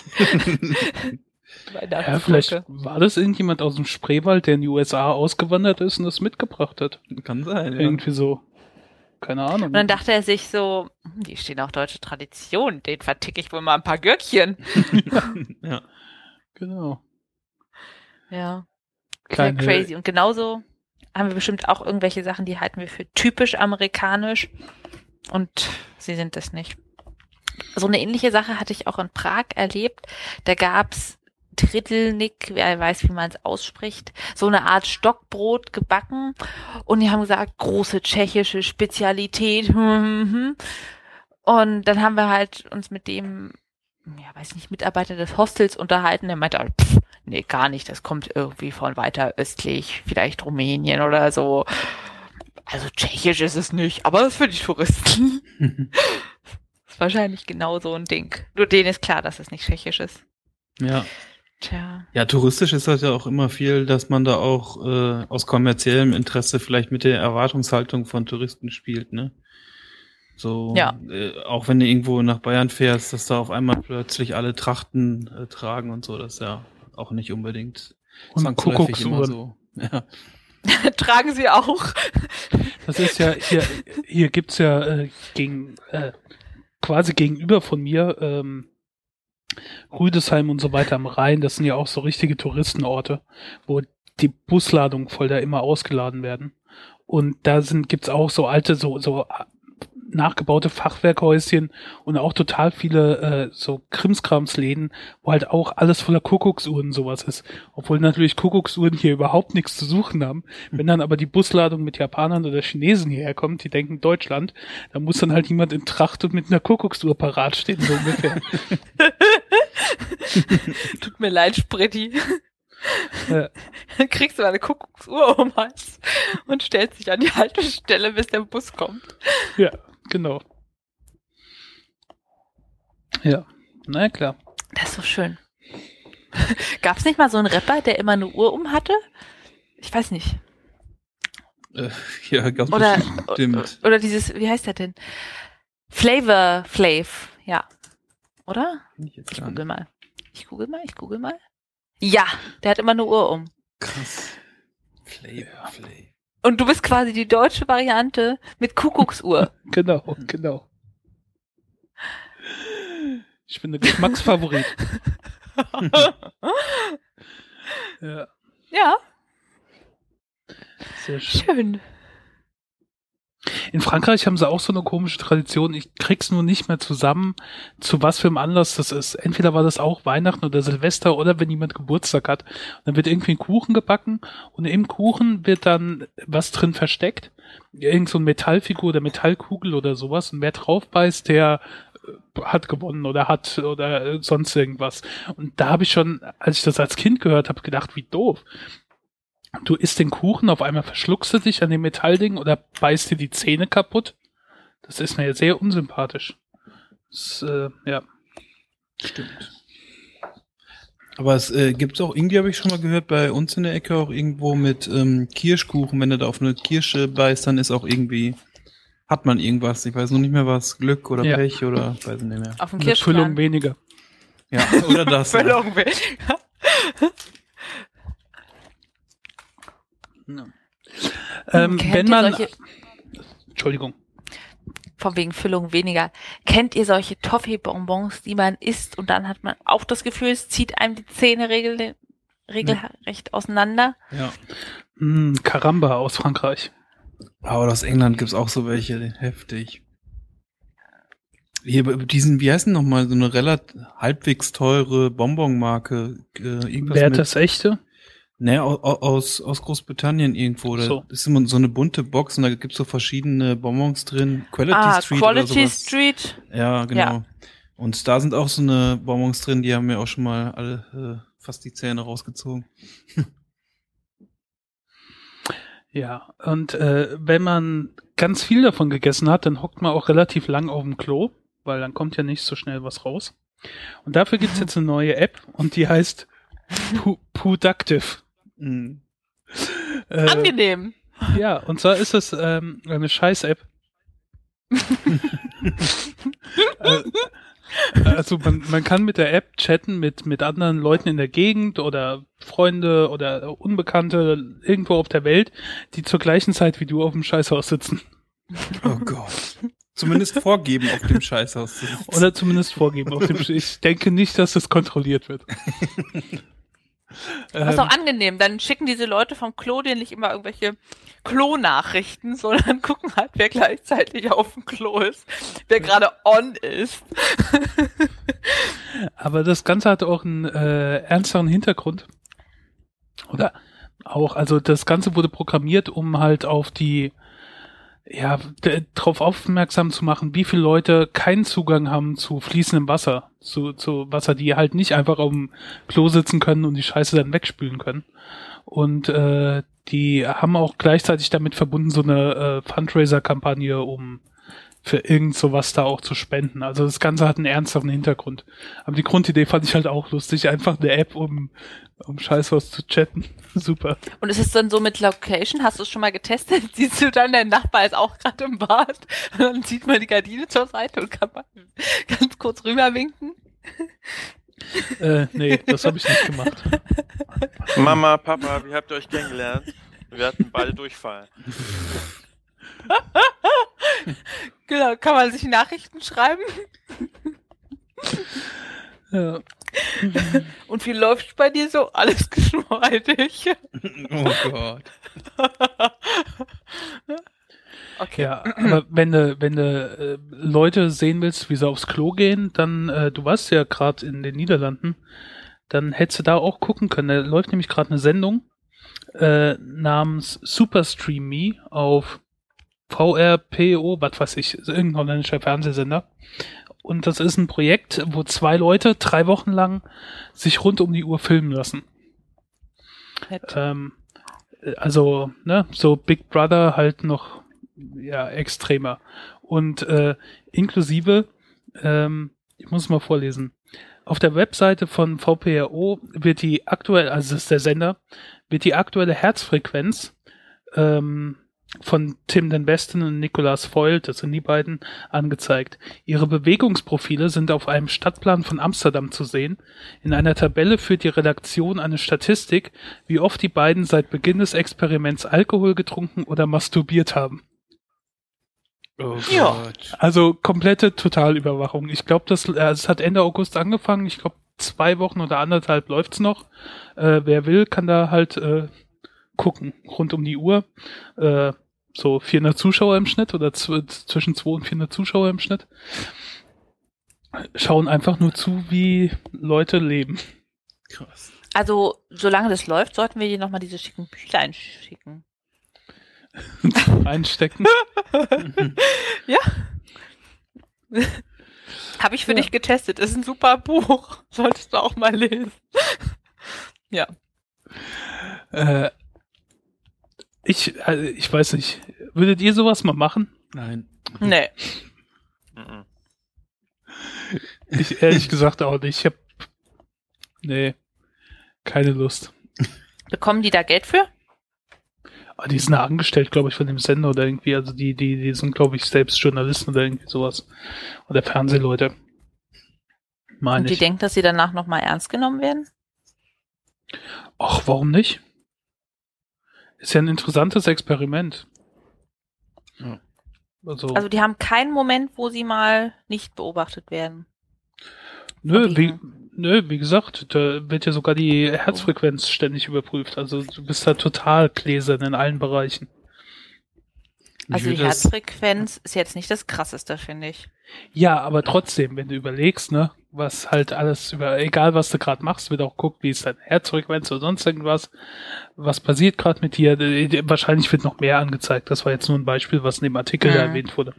Speaker 3: Ja, vielleicht war das irgendjemand aus dem Spreewald, der in die U S A ausgewandert ist und das mitgebracht hat.
Speaker 4: Kann sein, ja.
Speaker 3: Irgendwie so. Keine Ahnung.
Speaker 2: Und dann dachte er sich so, hm, die stehen auch deutsche Traditionen, den verticke ich wohl mal ein paar Gürkchen.
Speaker 4: Ja.
Speaker 3: Genau.
Speaker 2: Ja.
Speaker 3: Kleine,
Speaker 2: Crazy. Und genauso haben wir bestimmt auch irgendwelche Sachen, die halten wir für typisch amerikanisch. Und sie sind es nicht. So eine ähnliche Sache hatte ich auch in Prag erlebt. Da gab's Tridlnik, wer weiß, wie man es ausspricht, so eine Art Stockbrot gebacken. Und die haben gesagt, große tschechische Spezialität. Und dann haben wir halt uns mit dem, ja, weiß nicht, Mitarbeiter des Hostels unterhalten. Der meinte, pff, nee, gar nicht, das kommt irgendwie von weiter östlich, vielleicht Rumänien oder so. Also tschechisch ist es nicht, aber das ist für die Touristen. Das ist wahrscheinlich genau so ein Ding. Nur denen ist klar, dass es nicht tschechisch ist.
Speaker 4: Ja.
Speaker 2: Tja.
Speaker 4: Ja, touristisch ist das ja auch immer viel, dass man da auch äh, aus kommerziellem Interesse vielleicht mit der Erwartungshaltung von Touristen spielt, ne? So,
Speaker 2: Ja.
Speaker 4: äh, auch wenn du irgendwo nach Bayern fährst, dass da auf einmal plötzlich alle Trachten äh, tragen und so, das ist ja auch nicht unbedingt
Speaker 3: und
Speaker 4: zwangsläufig immer
Speaker 3: Kuckucksuhren.
Speaker 4: so. Ja.
Speaker 2: Tragen sie auch.
Speaker 3: Das ist ja, hier, hier gibt's ja äh, gegen, äh, quasi gegenüber von mir, ähm, Rüdesheim und so weiter am Rhein, das sind ja auch so richtige Touristenorte, wo die Busladungen voll da immer ausgeladen werden. Und da sind, gibt's auch so alte, so, so nachgebaute Fachwerkhäuschen und auch total viele äh, so Krimskramsläden, wo halt auch alles voller Kuckucksuhren sowas ist. Obwohl natürlich Kuckucksuhren hier überhaupt nichts zu suchen haben. Wenn dann aber die Busladung mit Japanern oder Chinesen hierher kommt, die denken Deutschland, dann muss dann halt jemand in Tracht und mit einer Kuckucksuhr parat stehen, so ungefähr.
Speaker 2: Tut mir leid, Spritti.
Speaker 3: Ja.
Speaker 2: Dann kriegst du eine Kuckucksuhr um den Hals und stellst dich an die Haltestelle, bis der Bus kommt.
Speaker 3: Ja, genau. Ja, na klar.
Speaker 2: Das ist so schön. Gab's nicht mal so einen Rapper, der immer eine Uhr um hatte? Ich weiß nicht.
Speaker 4: Äh, ja, ganz
Speaker 2: Oder,
Speaker 4: bestimmt.
Speaker 2: oder dieses, wie heißt der denn? Flavor Flav, ja. Oder?
Speaker 4: Ich jetzt
Speaker 2: Ich
Speaker 4: gar
Speaker 2: google
Speaker 4: nicht.
Speaker 2: mal. Ich google mal, ich google mal. Ja, der hat immer eine Uhr um.
Speaker 4: Krass. Flavor, Flavor.
Speaker 2: Und du bist quasi die deutsche Variante mit Kuckucksuhr.
Speaker 3: Genau, genau. Ich bin der Geschmacksfavorit. Ja,
Speaker 2: Ja,
Speaker 3: sehr schön.
Speaker 2: schön.
Speaker 3: In Frankreich haben sie auch so eine komische Tradition. Ich krieg's nur nicht mehr zusammen, zu was für einem Anlass das ist. Entweder war das auch Weihnachten oder Silvester oder wenn jemand Geburtstag hat. Dann wird irgendwie ein Kuchen gebacken und im Kuchen wird dann was drin versteckt. Irgend so eine Metallfigur oder Metallkugel oder sowas. Und wer drauf beißt, der äh, hat gewonnen oder hat oder äh, sonst irgendwas. Und da habe ich schon, als ich das als Kind gehört habe, gedacht, wie doof. Du isst den Kuchen, auf einmal verschluckst du dich an dem Metallding oder beißt dir die Zähne kaputt. Das ist mir ja sehr unsympathisch. Das, äh, ja.
Speaker 4: Stimmt. Aber es äh, gibt's auch, irgendwie habe ich schon mal gehört, bei uns in der Ecke auch irgendwo mit ähm, Kirschkuchen. Wenn du da auf eine Kirsche beißt, dann ist auch irgendwie, hat man irgendwas. Ich weiß noch nicht mehr was, Glück oder
Speaker 3: Ja.
Speaker 4: Pech oder weiß ich nicht mehr.
Speaker 2: Auf dem
Speaker 3: Eine Füllung
Speaker 2: Kirschkern.
Speaker 3: weniger.
Speaker 4: Ja, oder das. ja.
Speaker 2: Füllung weniger.
Speaker 3: Ähm,
Speaker 2: Kennt
Speaker 3: wenn
Speaker 2: ihr
Speaker 3: man,
Speaker 2: solche-
Speaker 3: Entschuldigung.
Speaker 2: Von wegen Füllung weniger. Kennt ihr solche Toffee-Bonbons, die man isst und dann hat man auch das Gefühl, es zieht einem die Zähne regel regelrecht auseinander?
Speaker 4: Ja.
Speaker 3: Mh, Caramba aus Frankreich.
Speaker 4: Aber aus England gibt's auch so welche, heftig. Hier, bei diesen, wie heißt denn nochmal, so eine relativ halbwegs teure Bonbonmarke, äh, irgendwas
Speaker 3: Wer hat
Speaker 4: mit,
Speaker 3: das echte?
Speaker 4: ne, aus, aus, aus Großbritannien irgendwo, da
Speaker 3: So.
Speaker 4: ist immer so eine bunte Box und da gibt's so verschiedene Bonbons drin, Quality
Speaker 2: ah,
Speaker 4: Street oder
Speaker 2: Quality
Speaker 4: sowas.
Speaker 2: Street.
Speaker 4: Ja, genau.
Speaker 2: Ja.
Speaker 4: Und da sind auch so eine Bonbons drin, die haben mir auch schon mal alle äh, fast die Zähne rausgezogen.
Speaker 3: Ja, und äh, wenn man ganz viel davon gegessen hat, dann hockt man auch relativ lang auf dem Klo, weil dann kommt ja nicht so schnell was raus. Und dafür gibt's jetzt eine neue App und die heißt Pu- Pooductive.
Speaker 4: Mhm.
Speaker 3: Äh,
Speaker 2: Angenehm.
Speaker 3: Ja, und zwar ist es ähm, eine Scheiß-App. äh, Also man, man kann mit der App chatten mit, mit anderen Leuten in der Gegend oder Freunde oder Unbekannte irgendwo auf der Welt, die zur gleichen Zeit wie du auf dem Scheißhaus sitzen.
Speaker 4: Oh Gott. Zumindest vorgeben, auf dem Scheißhaus zu sitzen.
Speaker 3: Oder zumindest vorgeben. Auf dem Sch- ich denke nicht, dass das kontrolliert wird.
Speaker 2: Das ist auch angenehm. Dann schicken diese Leute vom Klo dir nicht immer irgendwelche Klo-Nachrichten, sondern gucken halt, wer gleichzeitig auf dem Klo ist, wer gerade on ist.
Speaker 3: Aber das Ganze hat auch einen äh, ernsteren Hintergrund. Oder auch, also das Ganze wurde programmiert, um halt auf die, ja, d- darauf aufmerksam zu machen, wie viele Leute keinen Zugang haben zu fließendem Wasser, zu, zu Wasser, die halt nicht einfach auf dem Klo sitzen können und die Scheiße dann wegspülen können. Und äh, die haben auch gleichzeitig damit verbunden so eine äh, Fundraiser-Kampagne, um für irgend sowas da auch zu spenden. Also das Ganze hat einen ernsteren Hintergrund. Aber die Grundidee fand ich halt auch lustig. Einfach eine App, um, um Scheißhaus zu chatten. Super.
Speaker 2: Und ist es dann so mit Location? Hast du es schon mal getestet? Siehst du dann, dein Nachbar ist auch gerade im Bad und dann zieht man die Gardine zur Seite und kann mal ganz kurz rüberwinken?
Speaker 3: Äh, nee, das habe ich nicht gemacht.
Speaker 1: Mama, Papa, wie habt ihr euch kennengelernt? Wir hatten beide Durchfall.
Speaker 2: Genau, kann man sich Nachrichten schreiben?
Speaker 3: Ja.
Speaker 2: Und wie läuft's bei dir so? Alles geschmeidig.
Speaker 4: Oh Gott.
Speaker 2: Okay.
Speaker 3: Ja, aber wenn du, wenn du äh, Leute sehen willst, wie sie aufs Klo gehen, dann, äh, du warst ja gerade in den Niederlanden, dann hättest du da auch gucken können. Da läuft nämlich gerade eine Sendung äh, namens Superstream Me auf V R P O, was weiß ich, irgendein holländischer Fernsehsender. Und das ist ein Projekt, wo zwei Leute drei Wochen lang sich rund um die Uhr filmen lassen.
Speaker 2: Nett.
Speaker 3: Ähm, also, ne, so Big Brother halt noch ja extremer. Und äh, inklusive, ähm, ich muss es mal vorlesen, auf der Webseite von V P R O wird die aktuelle, also das ist der Sender, wird die aktuelle Herzfrequenz ähm, von Tim den Besten und Nicolas Foyle, das sind die beiden, angezeigt. Ihre Bewegungsprofile sind auf einem Stadtplan von Amsterdam zu sehen. In einer Tabelle führt die Redaktion eine Statistik, wie oft die beiden seit Beginn des Experiments Alkohol getrunken oder masturbiert haben.
Speaker 4: Oh
Speaker 2: Ja.
Speaker 4: Gott.
Speaker 3: Also komplette Totalüberwachung. Ich glaube, das äh, es hat Ende August angefangen. Ich glaube, zwei Wochen oder anderthalb läuft's noch. Äh, wer will, kann da halt äh, gucken, rund um die Uhr. Äh, so vierhundert Zuschauer im Schnitt oder z- zwischen zweihundert und vierhundert Zuschauer im Schnitt. Schauen einfach nur zu, wie Leute leben.
Speaker 4: Krass.
Speaker 2: Also, solange das läuft, sollten wir dir nochmal diese schicken Büchlein schicken.
Speaker 3: Einstecken.
Speaker 2: Ja. Habe ich für
Speaker 3: Ja.
Speaker 2: dich getestet. Ist ein super Buch. Solltest du auch mal lesen. Ja.
Speaker 3: Äh, ich, also ich weiß nicht. Würdet ihr sowas mal machen?
Speaker 4: Nein.
Speaker 2: Nee.
Speaker 1: Mhm.
Speaker 3: Ich ehrlich gesagt auch nicht. Ich hab nee, keine Lust.
Speaker 2: Bekommen die da Geld für?
Speaker 3: Aber die sind ja angestellt, glaube ich, von dem Sender oder irgendwie. Also die, die, die sind, glaube ich, selbst Journalisten oder irgendwie sowas. Oder Fernsehleute. Meine
Speaker 2: Und die
Speaker 3: ich.
Speaker 2: denken, dass sie danach nochmal ernst genommen werden?
Speaker 3: Ach, warum nicht? Ist ja ein interessantes Experiment.
Speaker 4: Ja.
Speaker 3: Also,
Speaker 2: Also die haben keinen Moment, wo sie mal nicht beobachtet werden.
Speaker 3: nö,
Speaker 2: von
Speaker 3: wie,
Speaker 2: wegen-
Speaker 3: nö, wie gesagt, da wird ja sogar die Herzfrequenz ständig überprüft. Also du bist da total gläsern in allen Bereichen.
Speaker 4: Ich
Speaker 2: Also die
Speaker 4: würde das-
Speaker 2: Herzfrequenz ist jetzt nicht das Krasseste, finde ich.
Speaker 3: Ja, aber trotzdem, wenn du überlegst, ne, was halt alles über, egal was du gerade machst, wird auch guckt, wie ist deine Herzfrequenz oder sonst irgendwas, was passiert gerade mit dir. Äh, Wahrscheinlich wird noch mehr angezeigt. Das war jetzt nur ein Beispiel, was in dem Artikel da
Speaker 2: Mhm.
Speaker 3: erwähnt wurde.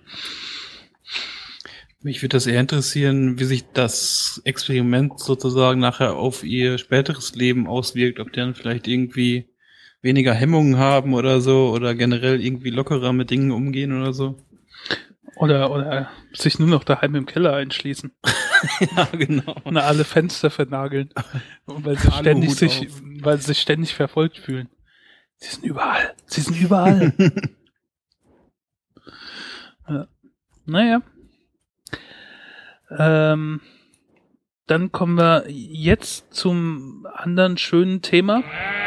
Speaker 4: Mich würde das eher interessieren, wie sich das Experiment sozusagen nachher auf ihr späteres Leben auswirkt, ob die dann vielleicht irgendwie weniger Hemmungen haben oder so oder generell irgendwie lockerer mit Dingen umgehen oder so.
Speaker 3: Oder, oder sich nur noch daheim im Keller einschließen
Speaker 4: Ja, genau.
Speaker 3: und alle Fenster vernageln. Und weil sie ständig
Speaker 4: Aluhut
Speaker 3: sich,
Speaker 4: auf.
Speaker 3: weil sie sich ständig verfolgt fühlen. Sie sind überall. Sie sind überall. ja. Naja. Ähm, dann kommen wir jetzt zum anderen schönen Thema.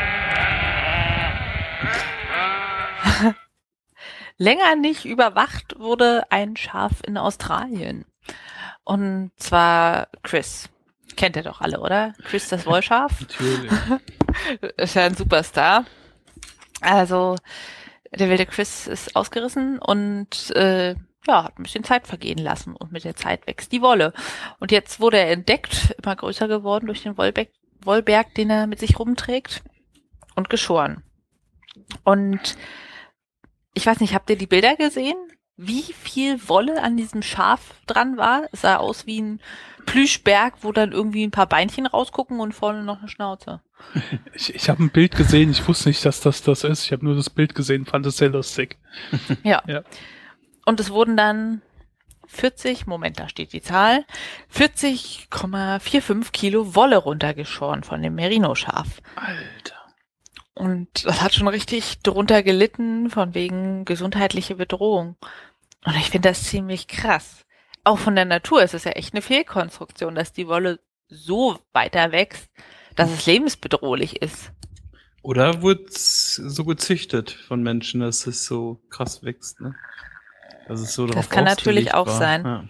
Speaker 2: Länger nicht überwacht wurde ein Schaf in Australien. Und zwar Chris. Kennt ihr doch alle, oder? Chris, das Wollschaf.
Speaker 3: Natürlich.
Speaker 2: Ist ja ein Superstar. Also, der wilde Chris ist ausgerissen und äh, ja, hat ein bisschen Zeit vergehen lassen. Und mit der Zeit wächst die Wolle. Und jetzt wurde er entdeckt, immer größer geworden durch den Wollberg, Wollberg, den er mit sich rumträgt, und geschoren. Und ich weiß nicht, habt ihr die Bilder gesehen? Wie viel Wolle an diesem Schaf dran war? Es sah aus wie ein Plüschberg, wo dann irgendwie ein paar Beinchen rausgucken und vorne noch eine Schnauze.
Speaker 3: Ich, ich habe ein Bild gesehen, ich wusste nicht, dass das das ist. Ich habe nur das Bild gesehen, fand es sehr lustig.
Speaker 2: Ja.
Speaker 3: Ja.
Speaker 2: Und es wurden dann vierzig, Moment, da steht die Zahl, vierzig Komma fünfundvierzig Kilo Wolle runtergeschoren von dem Merino-Schaf.
Speaker 3: Alter.
Speaker 2: Und das hat schon richtig drunter gelitten, von wegen gesundheitliche Bedrohung. Und ich finde das ziemlich krass. Auch von der Natur ist es ja echt eine Fehlkonstruktion, dass die Wolle so weiter wächst, dass es lebensbedrohlich ist.
Speaker 4: Oder wurde es so gezüchtet von Menschen, dass es so krass wächst, ne? Dass es so
Speaker 2: Das kann natürlich auch
Speaker 4: war.
Speaker 2: sein.
Speaker 4: Ja.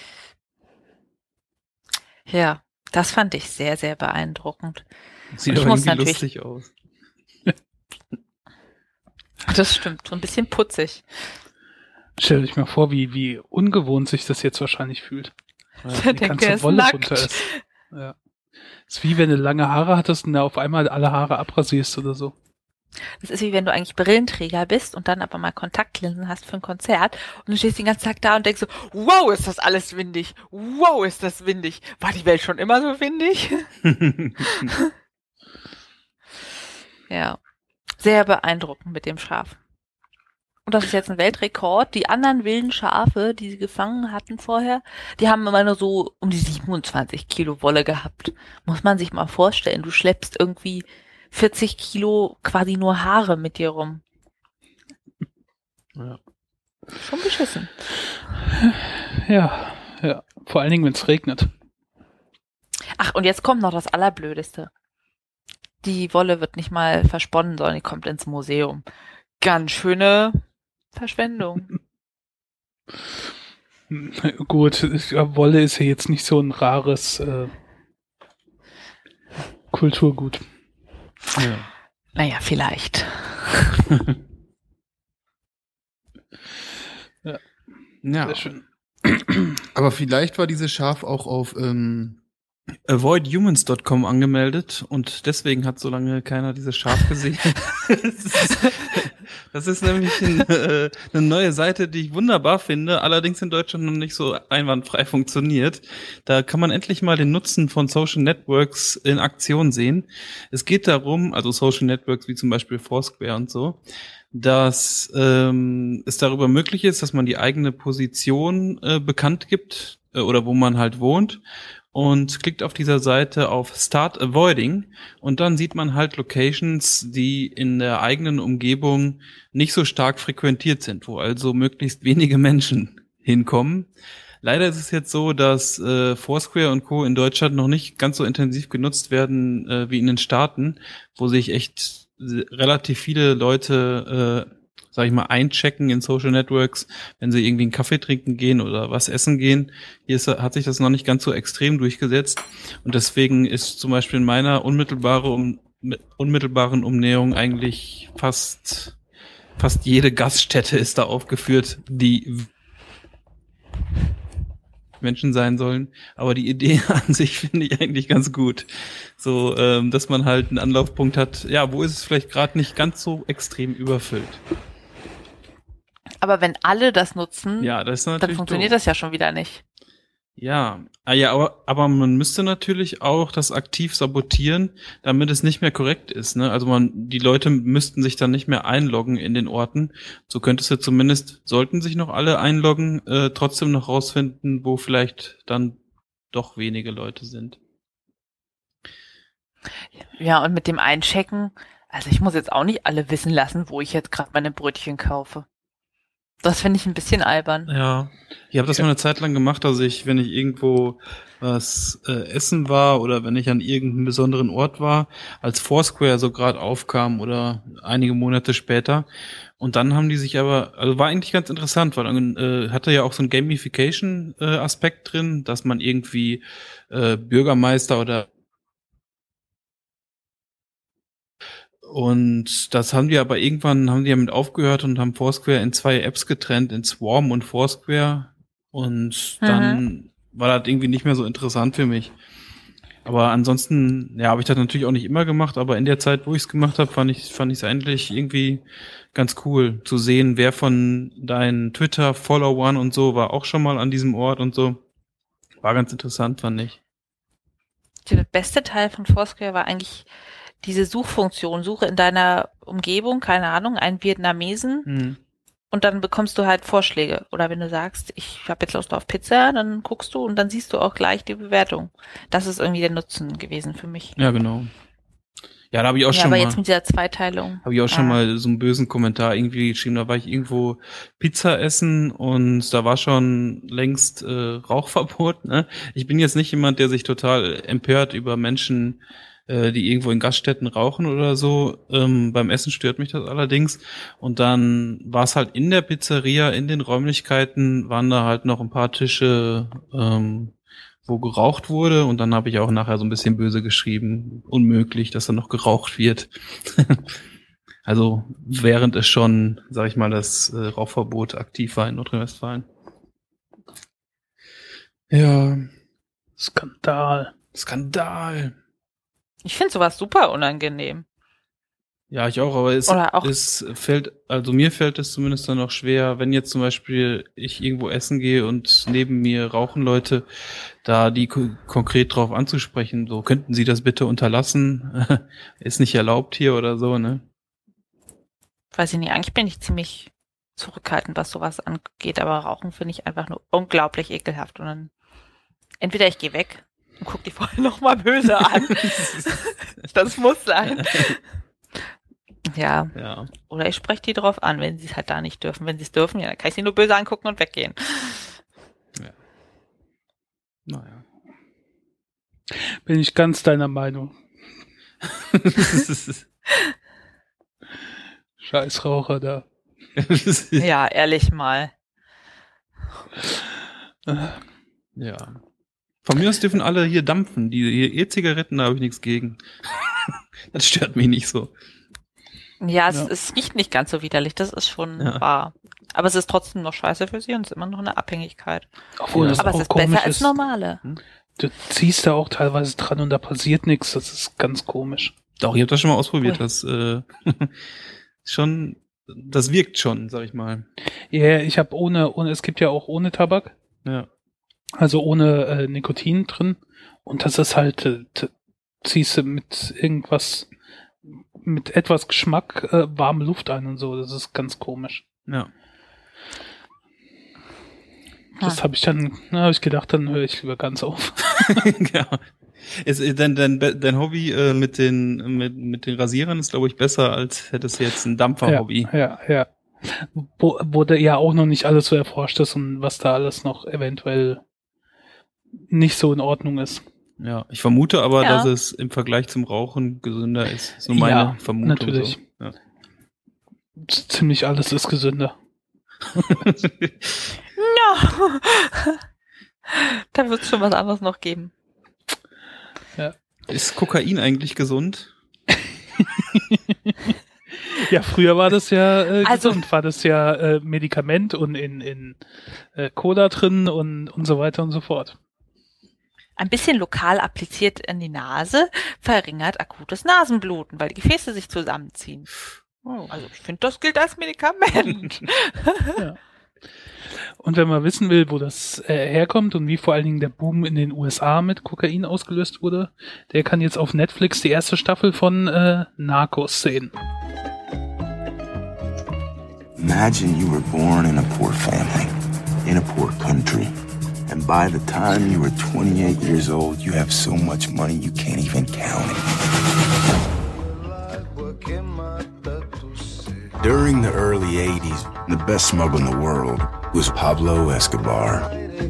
Speaker 2: Ja, das fand ich sehr, sehr beeindruckend.
Speaker 4: Sieht
Speaker 2: Und ich
Speaker 4: aber
Speaker 2: muss
Speaker 4: irgendwie
Speaker 2: natürlich-
Speaker 4: lustig aus.
Speaker 2: Das stimmt, so ein bisschen putzig.
Speaker 3: Stell dich mal vor, wie, wie ungewohnt sich das jetzt wahrscheinlich fühlt.
Speaker 2: Der
Speaker 3: Die
Speaker 2: denkt, er
Speaker 3: ganze
Speaker 2: ist
Speaker 3: Wolle
Speaker 2: nackt.
Speaker 3: runter ist. Ja. Ist wie wenn du lange Haare hattest und da auf einmal alle Haare abrasierst oder so.
Speaker 2: Das ist wie wenn du eigentlich Brillenträger bist und dann aber mal Kontaktlinsen hast für ein Konzert und du stehst den ganzen Tag da und denkst so, wow, ist das alles windig. Wow, ist das windig. War die Welt schon immer so windig? Ja, sehr beeindruckend mit dem Schaf. Und das ist jetzt ein Weltrekord. Die anderen wilden Schafe, die sie gefangen hatten vorher, die haben immer nur so um die siebenundzwanzig Kilo Wolle gehabt. Muss man sich mal vorstellen. Du schleppst irgendwie vierzig Kilo quasi nur Haare mit dir rum.
Speaker 4: Ja.
Speaker 2: Schon beschissen.
Speaker 3: Ja, ja. Vor allen Dingen, wenn es regnet.
Speaker 2: Ach, und jetzt kommt noch das Allerblödeste. Die Wolle wird nicht mal versponnen, sondern die kommt ins Museum. Ganz schöne Verschwendung.
Speaker 3: Gut, ich glaub, Wolle ist ja jetzt nicht so ein rares äh, Kulturgut.
Speaker 4: Ja.
Speaker 2: Naja, vielleicht.
Speaker 3: Ja.
Speaker 5: Ja,
Speaker 3: Sehr schön.
Speaker 5: aber vielleicht war dieses Schaf auch auf ähm,
Speaker 4: avoid humans Punkt com angemeldet und deswegen hat so lange keiner dieses Schaf gesehen. das, ist, das ist nämlich ein, äh, eine neue Seite, die ich wunderbar finde, allerdings in Deutschland noch nicht so einwandfrei funktioniert. Da kann man endlich mal den Nutzen von Social Networks in Aktion sehen. Es geht darum, also Social Networks wie zum Beispiel Foursquare und so, dass ähm, es darüber möglich ist, dass man die eigene Position äh, bekannt gibt äh, oder wo man halt wohnt. Und klickt auf dieser Seite auf Start Avoiding und dann sieht man halt Locations, die in der eigenen Umgebung nicht so stark frequentiert sind, wo also möglichst wenige Menschen hinkommen. Leider ist es jetzt so, dass äh, Foursquare und Co. in Deutschland noch nicht ganz so intensiv genutzt werden äh, wie in den Staaten, wo sich echt relativ viele Leute äh, sag ich mal, einchecken in Social Networks, wenn sie irgendwie einen Kaffee trinken gehen oder was essen gehen. Hier ist, hat sich das noch nicht ganz so extrem durchgesetzt. Und deswegen ist zum Beispiel in meiner unmittelbare um, unmittelbaren Umnäherung eigentlich fast, fast jede Gaststätte ist da aufgeführt, die Menschen sein sollen. Aber die Idee an sich finde ich eigentlich ganz gut. So, ähm, dass man halt einen Anlaufpunkt hat, ja, wo ist es vielleicht gerade nicht ganz so extrem überfüllt.
Speaker 2: Aber wenn alle das nutzen,
Speaker 4: Ja, das ist natürlich
Speaker 2: dann funktioniert
Speaker 4: doof.
Speaker 2: das ja schon wieder nicht.
Speaker 4: Ja, ah, ja, aber, aber man müsste natürlich auch das aktiv sabotieren, damit es nicht mehr korrekt ist, ne? Also man, die Leute müssten sich dann nicht mehr einloggen in den Orten. So könntest du zumindest, sollten sich noch alle einloggen, äh, trotzdem noch rausfinden, wo vielleicht dann doch wenige Leute sind.
Speaker 2: Ja, und mit dem Einchecken, also ich muss jetzt auch nicht alle wissen lassen, wo ich jetzt gerade meine Brötchen kaufe. Das finde ich ein bisschen albern.
Speaker 4: Ja, ich habe das mal eine Zeit lang gemacht, dass ich, wenn ich irgendwo was äh, essen war oder wenn ich an irgendeinem besonderen Ort war, als Foursquare so gerade aufkam oder einige Monate später. Und dann haben die sich aber, also war eigentlich ganz interessant, weil dann äh, hatte ja auch so ein Gamification-Aspekt äh, drin, dass man irgendwie äh, Bürgermeister oder und das haben die aber irgendwann, haben die damit aufgehört und haben Foursquare in zwei Apps getrennt, in Swarm und Foursquare. Und dann mhm. war das irgendwie nicht mehr so interessant für mich. Aber ansonsten, ja, habe ich das natürlich auch nicht immer gemacht, aber in der Zeit, wo ich es gemacht habe, fand ich fand ich es eigentlich irgendwie ganz cool zu sehen, wer von deinen Twitter-Followern und so war auch schon mal an diesem Ort und so. War ganz interessant, fand ich.
Speaker 2: Der beste Teil von Foursquare war eigentlich diese Suchfunktion. Suche in deiner Umgebung, keine Ahnung, einen Vietnamesen. Hm. Und dann bekommst du halt Vorschläge. Oder wenn du sagst, ich habe jetzt Lust auf Pizza, dann guckst du und dann siehst du auch gleich die Bewertung. Das ist irgendwie der Nutzen gewesen für mich.
Speaker 4: Ja, genau. Ja, da habe ich auch
Speaker 2: ja,
Speaker 4: schon
Speaker 2: aber
Speaker 4: mal.
Speaker 2: jetzt mit dieser Zweiteilung.
Speaker 4: Habe ich auch schon
Speaker 2: ah.
Speaker 4: mal so einen bösen Kommentar irgendwie geschrieben. Da war ich irgendwo Pizza essen und da war schon längst äh, Rauchverbot. Ne? Ich bin jetzt nicht jemand, der sich total empört über Menschen, die irgendwo in Gaststätten rauchen oder so. Ähm, beim Essen stört mich das allerdings. Und dann war es halt in der Pizzeria, in den Räumlichkeiten, waren da halt noch ein paar Tische, ähm, wo geraucht wurde. Und dann habe ich auch nachher so ein bisschen böse geschrieben, unmöglich, dass da noch geraucht wird. Also während es schon, sag ich mal, das äh, Rauchverbot aktiv war in Nordrhein-Westfalen. Ja.
Speaker 3: Skandal.
Speaker 4: Skandal.
Speaker 2: Ich finde sowas super unangenehm.
Speaker 4: Ja, ich auch, aber es,
Speaker 2: auch
Speaker 4: es fällt, also mir fällt es zumindest dann auch schwer, wenn jetzt zum Beispiel ich irgendwo essen gehe und neben mir rauchen Leute, da die ko- konkret drauf anzusprechen, so, könnten Sie das bitte unterlassen? Ist nicht erlaubt hier oder so, ne?
Speaker 2: Weiß ich nicht, eigentlich bin ich ziemlich zurückhaltend, was sowas angeht, aber Rauchen finde ich einfach nur unglaublich ekelhaft und dann entweder ich gehe weg und guck die vorher noch mal böse an. Das muss sein. Ja.
Speaker 4: ja.
Speaker 2: Oder ich spreche die drauf an, wenn sie es halt da nicht dürfen. Wenn sie es dürfen, ja, dann kann ich sie nur böse angucken und weggehen.
Speaker 4: Ja. Naja.
Speaker 3: Bin ich ganz deiner Meinung. Scheiß Raucher da.
Speaker 2: Ja, ehrlich mal.
Speaker 4: Ja. Von mir aus dürfen alle hier dampfen. Die hier E-Zigaretten, da habe ich nichts gegen. Das stört mich nicht so.
Speaker 2: Ja, es,
Speaker 3: Ja.
Speaker 2: es riecht nicht ganz so widerlich, das ist schon
Speaker 4: Ja.
Speaker 2: wahr. Aber es ist trotzdem noch scheiße für sie und es ist immer noch eine Abhängigkeit.
Speaker 3: Obwohl
Speaker 4: Ja.
Speaker 3: das
Speaker 2: Aber es
Speaker 3: auch
Speaker 2: ist
Speaker 3: komisch
Speaker 2: besser als
Speaker 3: ist.
Speaker 2: normale.
Speaker 3: Du ziehst da auch teilweise dran und da passiert nichts. Das ist ganz komisch.
Speaker 4: Doch, ich habe das schon mal ausprobiert.
Speaker 2: Cool.
Speaker 4: Das äh, schon, das wirkt schon, sag ich mal.
Speaker 3: Ja, ich habe ohne, ohne, es gibt ja auch ohne Tabak,
Speaker 4: Ja.
Speaker 3: also ohne äh, Nikotin drin. Und das ist halt, äh, t- ziehst du mit irgendwas, mit etwas Geschmack äh, warme Luft ein und so. Das ist ganz komisch.
Speaker 4: Ja.
Speaker 3: Das
Speaker 2: Hm.
Speaker 3: habe ich dann, na, habe ich gedacht, dann höre ich lieber ganz auf.
Speaker 4: Ja. Ist, äh, dein, dein, dein Hobby äh, mit den mit, mit den Rasierern ist, glaube ich, besser, als hättest du jetzt ein Dampfer-Hobby.
Speaker 3: Ja, ja, ja. Wo, wo da ja auch noch nicht alles so erforscht ist und was da alles noch eventuell nicht so in Ordnung ist.
Speaker 4: Ja, ich vermute aber,
Speaker 2: Ja.
Speaker 4: dass es im Vergleich zum Rauchen gesünder ist. So meine
Speaker 3: Ja,
Speaker 4: Vermutung.
Speaker 3: natürlich.
Speaker 4: So. Ja.
Speaker 3: Ziemlich alles ist gesünder.
Speaker 2: No. Da wird es schon was anderes noch geben.
Speaker 4: Ist Kokain eigentlich gesund?
Speaker 3: Ja, früher war das ja äh,
Speaker 2: Also-
Speaker 3: gesund, war das ja äh, Medikament und in, in äh, Cola drin und, und so weiter und so fort.
Speaker 2: Ein bisschen lokal appliziert in die Nase verringert akutes Nasenbluten, weil die Gefäße sich zusammenziehen.
Speaker 4: Oh.
Speaker 2: Also ich finde, das gilt als Medikament.
Speaker 3: Ja. Und wenn man wissen will, wo das äh, herkommt und wie vor allen Dingen der Boom in den U S A mit Kokain ausgelöst wurde, der kann jetzt auf Netflix die erste Staffel von äh, Narcos sehen.
Speaker 6: Imagine you were born in a poor family, in a poor country, and by the time you were twenty-eight years old, you have so much money you can't even count it. During the early eighties, And the best smuggler in the world was Pablo Escobar.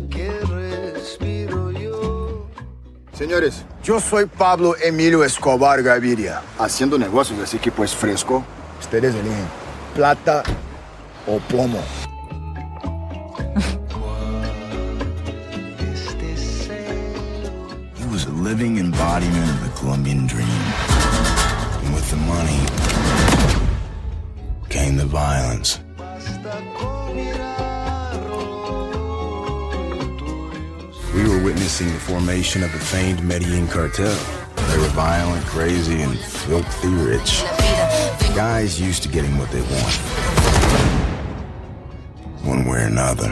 Speaker 7: Señores, yo soy Pablo Emilio Escobar Gaviria, haciendo negocios, así que pues fresco. Ustedes eligen plata o plomo.
Speaker 6: He was a living embodiment of the Colombian dream. And with the money came the violence. We were witnessing the formation of the famed Medellin cartel. They were violent, crazy, and filthy rich. Guys used to getting what they want. One way or another.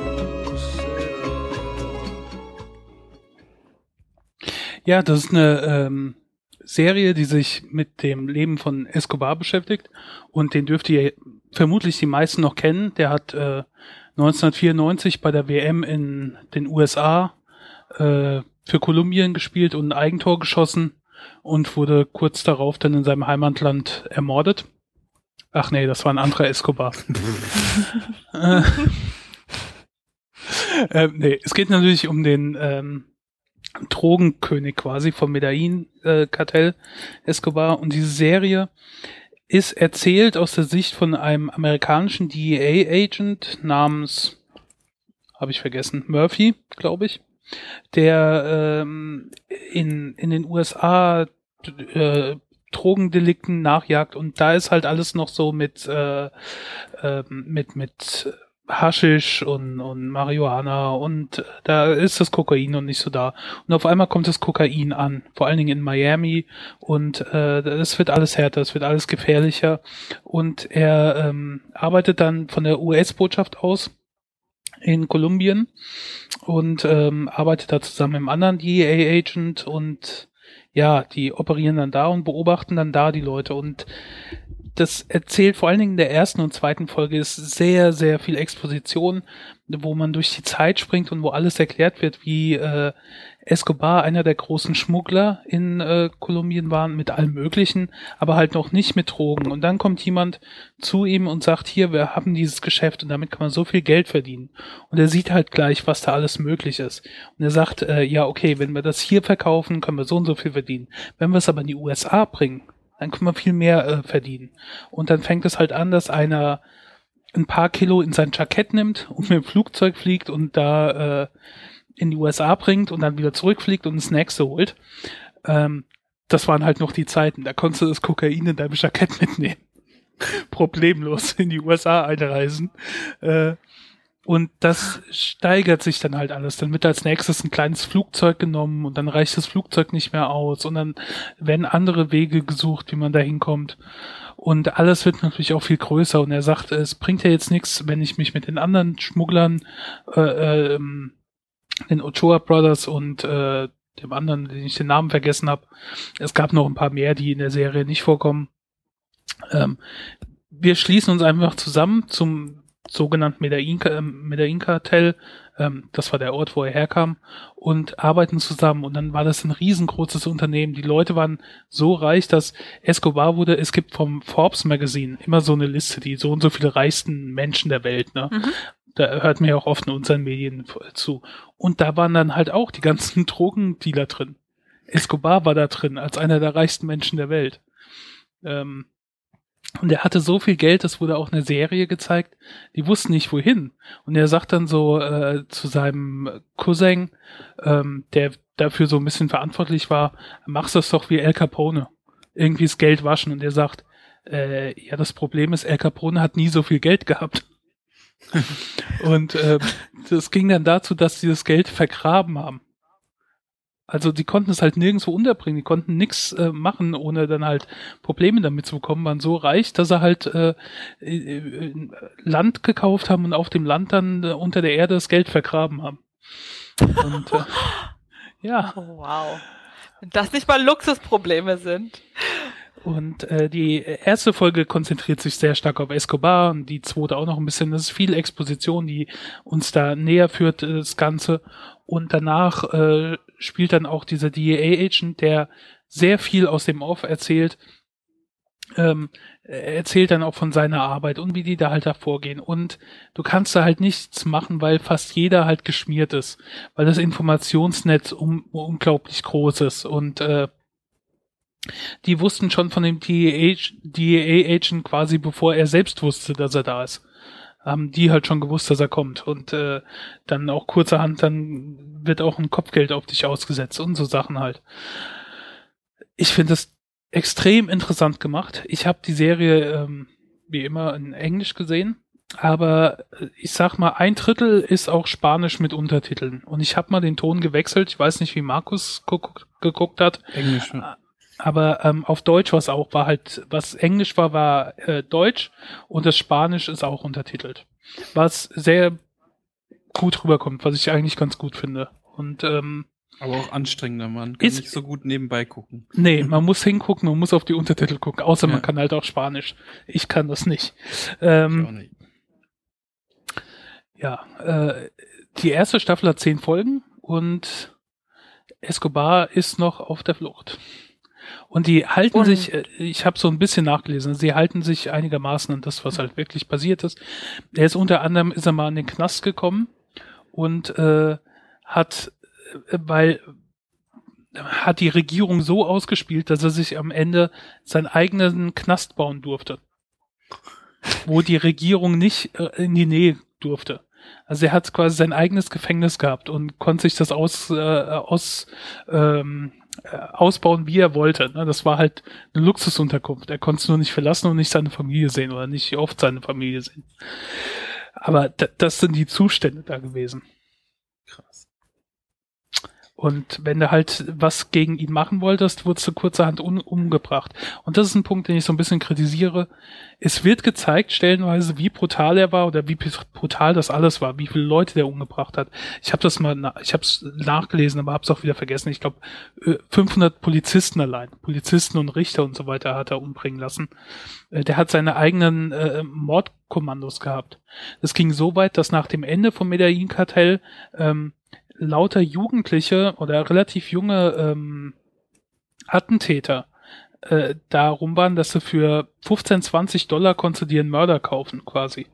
Speaker 3: Ja, das ist eine ähm, Serie, die sich mit dem Leben von Escobar beschäftigt. Und den dürft ihr vermutlich die meisten noch kennen. Der hat äh, neunzehnhundertvierundneunzig bei der W M in den U S A äh, für Kolumbien gespielt und ein Eigentor geschossen und wurde kurz darauf dann in seinem Heimatland ermordet. Ach nee, das war ein anderer Escobar. äh, äh, nee, es geht natürlich um den ähm, Drogenkönig quasi vom Medellin-Kartell äh, Escobar, und diese Serie ist erzählt aus der Sicht von einem amerikanischen D E A-Agent namens, habe ich vergessen, Murphy, glaube ich, der ähm, in in den U S A äh, Drogendelikten nachjagt, und da ist halt alles noch so mit äh, äh, mit mit Haschisch und und Marihuana, und da ist das Kokain noch nicht so da, und auf einmal kommt das Kokain an, vor allen Dingen in Miami, und äh, es wird alles härter, es wird alles gefährlicher, und er ähm, arbeitet dann von der U S-Botschaft aus in Kolumbien und ähm, arbeitet da zusammen mit einem anderen D E A-Agent, und ja, die operieren dann da und beobachten dann da die Leute, und das erzählt vor allen Dingen in der ersten und zweiten Folge ist sehr, sehr viel Exposition, wo man durch die Zeit springt und wo alles erklärt wird, wie äh, Escobar einer der großen Schmuggler in äh, Kolumbien war, mit allem Möglichen, aber halt noch nicht mit Drogen. Und dann kommt jemand zu ihm und sagt, hier, wir haben dieses Geschäft und damit kann man so viel Geld verdienen. Und er sieht halt gleich, was da alles möglich ist. Und er sagt, äh, ja, okay, wenn wir das hier verkaufen, können wir so und so viel verdienen. Wenn wir es aber in die U S A bringen, dann können wir viel mehr äh, verdienen. Und dann fängt es halt an, dass einer ein paar Kilo in sein Jackett nimmt und mit dem Flugzeug fliegt und da äh, in die U S A bringt und dann wieder zurückfliegt und das nächste holt. Ähm, das waren halt noch die Zeiten. Da konntest du das Kokain in deinem Jackett mitnehmen. Problemlos in die U S A einreisen. Äh, Und das steigert sich dann halt alles. Dann wird als nächstes ein kleines Flugzeug genommen und dann reicht das Flugzeug nicht mehr aus und dann werden andere Wege gesucht, wie man da hinkommt. Und alles wird natürlich auch viel größer. Und er sagt, es bringt ja jetzt nichts, wenn ich mich mit den anderen Schmugglern, äh, äh, den Ochoa Brothers und äh, dem anderen, den ich den Namen vergessen habe. Es gab noch ein paar mehr, die in der Serie nicht vorkommen. Ähm, wir schließen uns einfach zusammen zum sogenannten Medellin-Kartell, ähm, das war der Ort, wo er herkam, und arbeiten zusammen, und dann war das ein riesengroßes Unternehmen. Die Leute waren so reich, dass Escobar wurde, es gibt vom Forbes Magazine immer so eine Liste, die so und so viele reichsten Menschen der Welt, ne? Mhm. Da hört man ja auch oft in unseren Medien zu. Und da waren dann halt auch die ganzen Drogendealer drin. Escobar war da drin, als einer der reichsten Menschen der Welt. Ähm, Und er hatte so viel Geld, das wurde auch eine Serie gezeigt, die wussten nicht wohin. Und er sagt dann so äh, zu seinem Cousin, ähm, der dafür so ein bisschen verantwortlich war, machst das doch wie El Capone. Irgendwie das Geld waschen. Und er sagt, äh, ja, das Problem ist, El Capone hat nie so viel Geld gehabt. Und äh, das ging dann dazu, dass sie das Geld vergraben haben. Also die konnten es halt nirgendwo unterbringen, die konnten nichts äh, machen, ohne dann halt Probleme damit zu bekommen, waren so reich, dass sie halt äh, äh, Land gekauft haben und auf dem Land dann äh, unter der Erde das Geld vergraben haben. Und äh, ja.
Speaker 2: Oh, wow. Wenn das nicht mal Luxusprobleme sind.
Speaker 3: Und äh, die erste Folge konzentriert sich sehr stark auf Escobar und die zweite auch noch ein bisschen. Das ist viel Exposition, die uns da näher führt, das Ganze. Und danach äh, spielt dann auch dieser D E A-Agent, der sehr viel aus dem Off erzählt, ähm, er erzählt dann auch von seiner Arbeit und wie die da halt da vorgehen. Und du kannst da halt nichts machen, weil fast jeder halt geschmiert ist, weil das Informationsnetz um, unglaublich groß ist. Und äh, die wussten schon von dem D E A-Agent quasi, bevor er selbst wusste, dass er da ist. Haben die halt schon gewusst, dass er kommt. Und äh, dann auch kurzerhand, dann wird auch ein Kopfgeld auf dich ausgesetzt und so Sachen halt. Ich finde das extrem interessant gemacht. Ich habe die Serie ähm, wie immer in Englisch gesehen, aber ich sag mal, ein Drittel ist auch Spanisch mit Untertiteln. Und ich habe mal den Ton gewechselt. Ich weiß nicht, wie Markus geguckt, geguckt hat.
Speaker 4: Englisch, ja.
Speaker 3: Aber ähm, auf Deutsch was auch, war halt, was Englisch war, war äh, Deutsch und das Spanisch ist auch untertitelt. Was sehr gut rüberkommt, was ich eigentlich ganz gut finde. Und ähm,
Speaker 4: aber auch anstrengender, man kann
Speaker 3: ist,
Speaker 4: nicht so gut nebenbei gucken.
Speaker 3: Nee, man muss hingucken und muss auf die Untertitel gucken, außer
Speaker 4: Ja.
Speaker 3: man kann halt auch Spanisch. Ich kann das nicht. Ähm,
Speaker 4: Ich auch nicht.
Speaker 3: Ja, äh, die erste Staffel hat zehn Folgen und Escobar ist noch auf der Flucht. Und die halten
Speaker 2: Und-
Speaker 3: sich, äh, ich habe so ein bisschen nachgelesen, sie halten sich einigermaßen an das, was halt wirklich passiert ist. Er ist unter anderem, ist er mal in den Knast gekommen und äh, hat, äh, weil hat die Regierung so ausgespielt, dass er sich am Ende seinen eigenen Knast bauen durfte. Wo die Regierung nicht äh, in die Nähe durfte. Also er hat quasi sein eigenes Gefängnis gehabt und konnte sich das aus, äh, aus ähm, äh, ausbauen, wie er wollte. Ne? Das war halt eine Luxusunterkunft. Er konnte es nur nicht verlassen und nicht seine Familie sehen oder nicht oft seine Familie sehen. Aber d- das sind die Zustände da gewesen.
Speaker 4: Krass.
Speaker 3: Und wenn du halt was gegen ihn machen wolltest, wurdest du kurzerhand un- umgebracht. Und das ist ein Punkt, den ich so ein bisschen kritisiere. Es wird gezeigt, stellenweise, wie brutal er war oder wie brutal das alles war, wie viele Leute der umgebracht hat. Ich habe das mal, na- ich habe es nachgelesen, aber habe es auch wieder vergessen. Ich glaube, fünfhundert Polizisten allein, Polizisten und Richter und so weiter hat er umbringen lassen. Äh, Der hat seine eigenen äh, Mordkommandos gehabt. Das ging so weit, dass nach dem Ende vom Medellin-Kartell ähm, lauter Jugendliche oder relativ junge ähm, Attentäter äh, darum waren, dass sie für fünfzehn, zwanzig Dollar konntest du dir einen Mörder kaufen, quasi.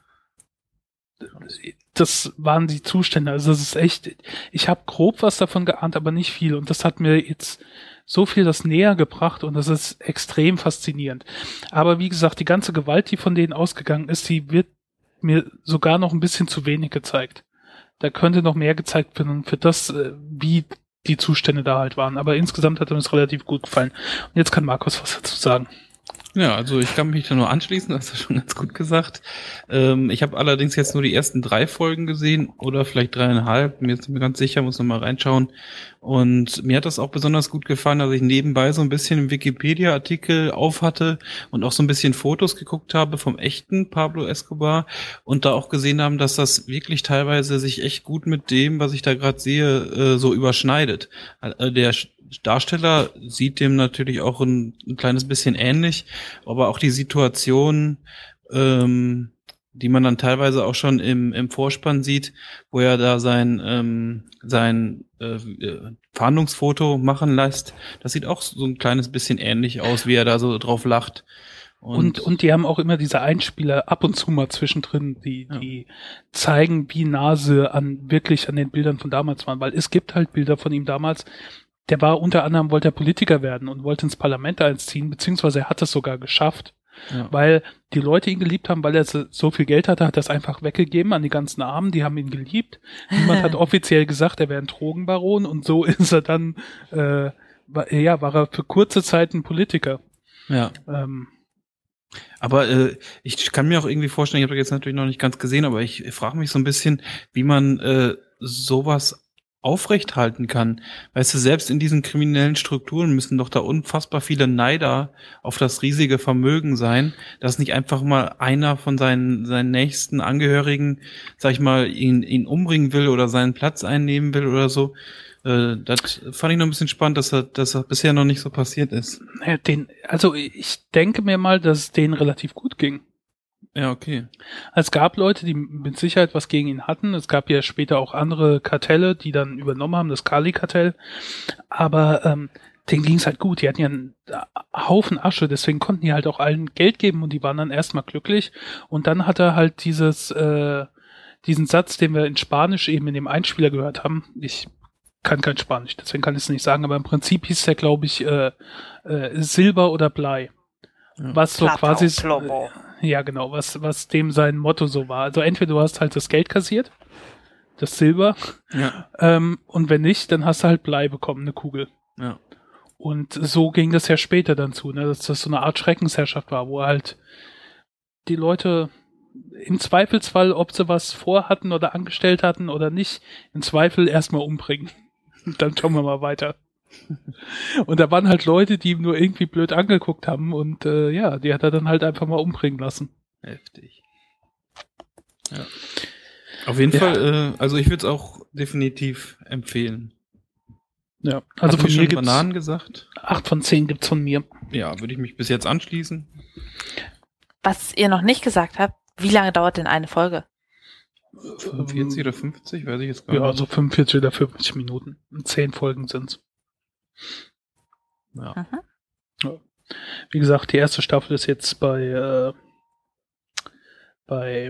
Speaker 3: Das waren die Zustände. Also das ist echt, ich habe grob was davon geahnt, aber nicht viel. Und das hat mir jetzt so viel das näher gebracht und das ist extrem faszinierend. Aber wie gesagt, die ganze Gewalt, die von denen ausgegangen ist, die wird mir sogar noch ein bisschen zu wenig gezeigt. Da könnte noch mehr gezeigt werden für das, äh, wie die Zustände da halt waren. Aber insgesamt hat mir das relativ gut gefallen. Und jetzt kann Markus was dazu sagen.
Speaker 4: Ja, also ich kann mich da nur anschließen, das hast du schon ganz gut gesagt. Ähm, ich habe allerdings jetzt nur die ersten drei Folgen gesehen oder vielleicht dreieinhalb, mir ist mir ganz sicher, muss noch mal reinschauen. Und mir hat das auch besonders gut gefallen, dass ich nebenbei so ein bisschen einen Wikipedia-Artikel auf hatte und auch so ein bisschen Fotos geguckt habe vom echten Pablo Escobar und da auch gesehen haben, dass das wirklich teilweise sich echt gut mit dem, was ich da gerade sehe, äh, so überschneidet. Äh, der Darsteller sieht dem natürlich auch ein, ein kleines bisschen ähnlich, aber auch die Situation, ähm, die man dann teilweise auch schon im, im Vorspann sieht, wo er da sein, ähm, sein äh, Fahndungsfoto machen lässt, das sieht auch so ein kleines bisschen ähnlich aus, wie er da so drauf lacht.
Speaker 3: Und, und, und die haben auch immer diese Einspieler ab und zu mal zwischendrin, die,
Speaker 4: Ja.
Speaker 3: die zeigen, wie nah sie an, wirklich an den Bildern von damals waren, weil es gibt halt Bilder von ihm damals. Der war unter anderem, wollte er Politiker werden und wollte ins Parlament einziehen, beziehungsweise er hat es sogar geschafft,
Speaker 4: Ja.
Speaker 3: weil die Leute ihn geliebt haben, weil er so so viel Geld hatte, hat er es einfach weggegeben an die ganzen Armen, die haben ihn geliebt. Niemand hat offiziell gesagt, er wäre ein Drogenbaron und so ist er dann, äh, war, ja, war er für kurze Zeit ein Politiker.
Speaker 4: Ja.
Speaker 3: Ähm,
Speaker 4: Aber äh, ich kann mir auch irgendwie vorstellen, ich habe das jetzt natürlich noch nicht ganz gesehen, aber ich frage mich so ein bisschen, wie man äh, sowas aufrechthalten kann. Weißt du, selbst in diesen kriminellen Strukturen müssen doch da unfassbar viele Neider auf das riesige Vermögen sein, dass nicht einfach mal einer von seinen seinen nächsten Angehörigen, sag ich mal, ihn ihn umbringen will oder seinen Platz einnehmen will oder so. Äh, das fand ich noch ein bisschen spannend, dass das, dass das bisher noch nicht so passiert ist.
Speaker 3: naja, den, also ich denke mir mal, dass es denen relativ gut ging.
Speaker 4: Ja, okay.
Speaker 3: Es gab Leute, die mit Sicherheit was gegen ihn hatten. Es gab ja später auch andere Kartelle, die dann übernommen haben, das Cali-Kartell. Aber ähm, denen ging's halt gut. Die hatten ja einen Haufen Asche, deswegen konnten die halt auch allen Geld geben und die waren dann erstmal glücklich. Und dann hat er halt dieses, äh, diesen Satz, den wir in Spanisch eben in dem Einspieler gehört haben. Ich kann kein Spanisch, deswegen kann ich es nicht sagen, aber im Prinzip hieß der, glaube ich, äh, äh, Silber oder Blei. Ja. Was so
Speaker 2: Plata
Speaker 3: quasi,
Speaker 2: Plomo.
Speaker 3: äh, ja genau, was, was dem sein Motto so war. Also entweder du hast halt das Geld kassiert, das Silber,
Speaker 4: Ja.
Speaker 3: ähm, und wenn nicht, dann hast du halt Blei bekommen, eine Kugel.
Speaker 4: Ja.
Speaker 3: Und so ging das ja später dann zu, ne, dass das so eine Art Schreckensherrschaft war, wo halt die Leute im Zweifelsfall, ob sie was vorhatten oder angestellt hatten oder nicht, im Zweifel erstmal umbringen. Und dann schauen wir mal weiter. Und da waren halt Leute, die ihm nur irgendwie blöd angeguckt haben und äh, ja, die hat er dann halt einfach mal umbringen lassen.
Speaker 4: Heftig. Ja. Auf jeden
Speaker 3: Ja.
Speaker 4: Fall, äh, also ich würde es auch definitiv empfehlen.
Speaker 3: Ja, also
Speaker 4: Hatten
Speaker 3: von
Speaker 4: wir
Speaker 3: mir
Speaker 4: schon
Speaker 3: gibt's
Speaker 4: Bananen gesagt?
Speaker 3: acht von zehn gibt's von mir.
Speaker 4: Ja, würde ich mich bis jetzt anschließen.
Speaker 2: Was ihr noch nicht gesagt habt, wie lange dauert denn eine Folge?
Speaker 4: fünfundvierzig oder fünfzig, weiß ich jetzt gar
Speaker 3: Ja,
Speaker 4: nicht.
Speaker 3: so fünfundvierzig oder fünfzig Minuten. Und zehn Folgen sind's.
Speaker 4: Ja.
Speaker 2: Mhm.
Speaker 3: Ja. Wie gesagt, die erste Staffel ist jetzt bei äh, bei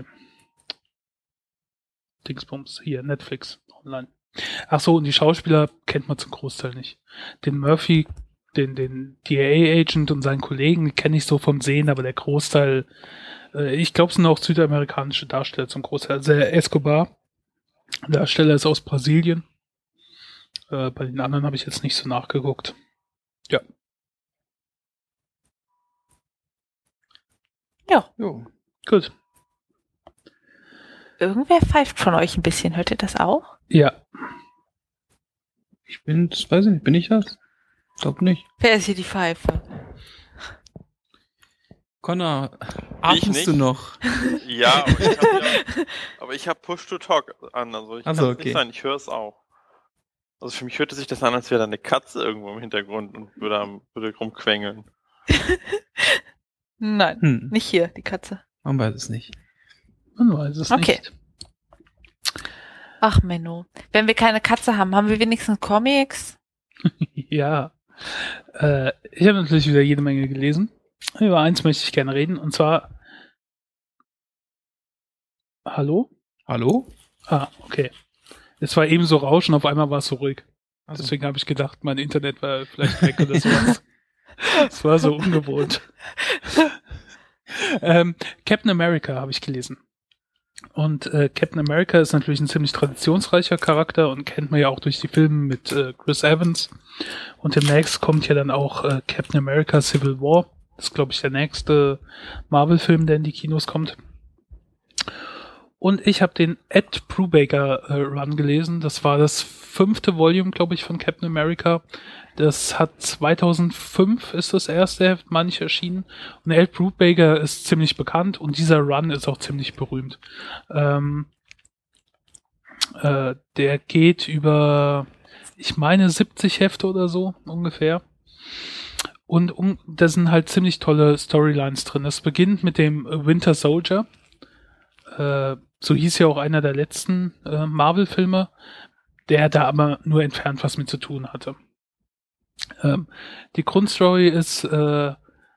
Speaker 3: Dingsbums, hier, Netflix, online. Ach so, und die Schauspieler kennt man zum Großteil nicht. Den Murphy, den, den D E A-Agent und seinen Kollegen kenne ich so vom Sehen, aber der Großteil, äh, ich glaube, es sind auch südamerikanische Darsteller zum Großteil. Also der Escobar, der Darsteller ist aus Brasilien. Äh, bei den anderen habe ich jetzt nicht so nachgeguckt. Ja.
Speaker 2: Ja,
Speaker 4: Jo.
Speaker 3: Gut.
Speaker 2: irgendwer pfeift von euch ein bisschen. Hört ihr das auch?
Speaker 3: Ja.
Speaker 4: Ich bin, weiß ich nicht, bin ich das? Glaub nicht.
Speaker 2: Wer ist hier die Pfeife?
Speaker 4: Connor,
Speaker 1: Ich
Speaker 4: atmest
Speaker 1: nicht.
Speaker 4: du noch?
Speaker 1: Ja, aber ich habe ja, aber ich hab Push-to-Talk an, also ich
Speaker 4: Also,
Speaker 1: kann es
Speaker 4: okay.
Speaker 1: nicht sein, ich höre es auch. Also für mich hörte sich das an, als wäre da eine Katze irgendwo im Hintergrund und würde, am- würde rumquengeln.
Speaker 2: Nein,
Speaker 4: Hm,
Speaker 2: nicht hier, die Katze.
Speaker 4: man weiß es nicht.
Speaker 3: Man weiß es
Speaker 2: Okay.
Speaker 3: nicht.
Speaker 2: Ach, Menno. Wenn wir keine Katze haben, haben wir wenigstens Comics?
Speaker 3: Ja. Äh, ich habe natürlich wieder jede Menge gelesen. Über eins möchte ich gerne reden, und zwar. Hallo?
Speaker 4: Hallo?
Speaker 3: Ah, okay. Es war eben so Rauschen, auf einmal war es so ruhig.
Speaker 4: Also,
Speaker 3: Deswegen habe ich gedacht, mein Internet war vielleicht weg oder sowas. Es war so ungewohnt. ähm, Captain America habe ich gelesen. Und äh, Captain America ist natürlich ein ziemlich traditionsreicher Charakter und kennt man ja auch durch die Filme mit äh, Chris Evans. Und demnächst kommt ja dann auch äh, Captain America Civil War. Das ist, glaube ich, der nächste Marvel-Film, der in die Kinos kommt. Und ich habe den Ed Brubaker äh, Run gelesen. Das war das fünfte Volume, glaube ich, von Captain America. Das hat zweitausendfünf ist das erste Heft, meine ich, erschienen. Und Ed Brubaker ist ziemlich bekannt und dieser Run ist auch ziemlich berühmt. Ähm, äh, der geht über, ich meine, siebzig Hefte oder so ungefähr. Und um, da sind halt ziemlich tolle Storylines drin. Es beginnt mit dem Winter Soldier. Äh, so hieß ja auch einer der letzten äh, Marvel-Filme, der da aber nur entfernt was mit zu tun hatte. Ähm, die Grundstory ist, äh,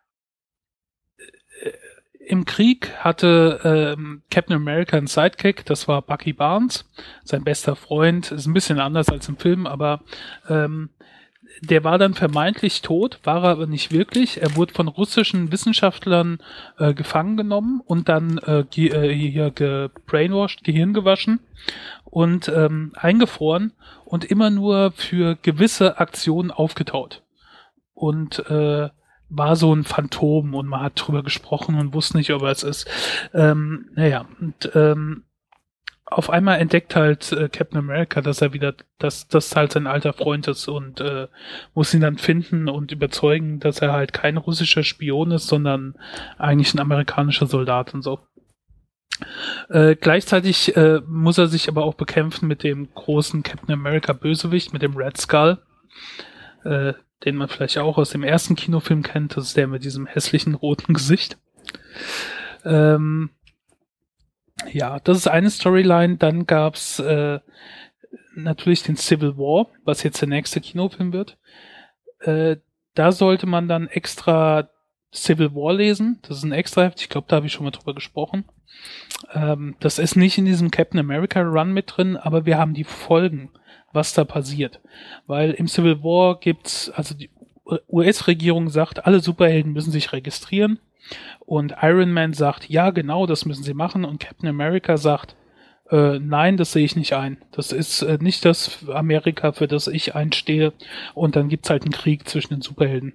Speaker 3: im Krieg hatte ähm, Captain America einen Sidekick, das war Bucky Barnes, sein bester Freund, ist ein bisschen anders als im Film, aber ähm, der war dann vermeintlich tot, war er aber nicht wirklich. Er wurde von russischen Wissenschaftlern äh, gefangen genommen und dann äh, ge äh, hier gebrainwashed, Gehirn gewaschen und ähm, eingefroren und immer nur für gewisse Aktionen aufgetaut. Und äh, war so ein Phantom und man hat drüber gesprochen und wusste nicht, ob er es ist. Ähm, naja, und ähm, auf einmal entdeckt halt äh, Captain America, dass er wieder, dass das halt sein alter Freund ist und äh, muss ihn dann finden und überzeugen, dass er halt kein russischer Spion ist, sondern eigentlich ein amerikanischer Soldat und so. Äh, gleichzeitig äh, muss er sich aber auch bekämpfen mit dem großen Captain America Bösewicht, mit dem Red Skull, äh, den man vielleicht auch aus dem ersten Kinofilm kennt. Das ist der mit diesem hässlichen roten Gesicht. Ähm, Ja, das ist eine Storyline. Dann gab's äh, natürlich den Civil War, was jetzt der nächste Kinofilm wird. Äh, da sollte man dann extra Civil War lesen. Das ist ein extra Heft. Ich glaube, da habe ich schon mal drüber gesprochen. Ähm, das ist nicht in diesem Captain America Run mit drin, aber wir haben die Folgen, was da passiert. Weil im Civil War gibt's, also die U S-Regierung sagt, alle Superhelden müssen sich registrieren. Und Iron Man sagt, ja, genau, das müssen sie machen. Und Captain America sagt, äh, nein, das sehe ich nicht ein. Das ist äh, nicht das Amerika, für das ich einstehe. Und dann gibt's halt einen Krieg zwischen den Superhelden.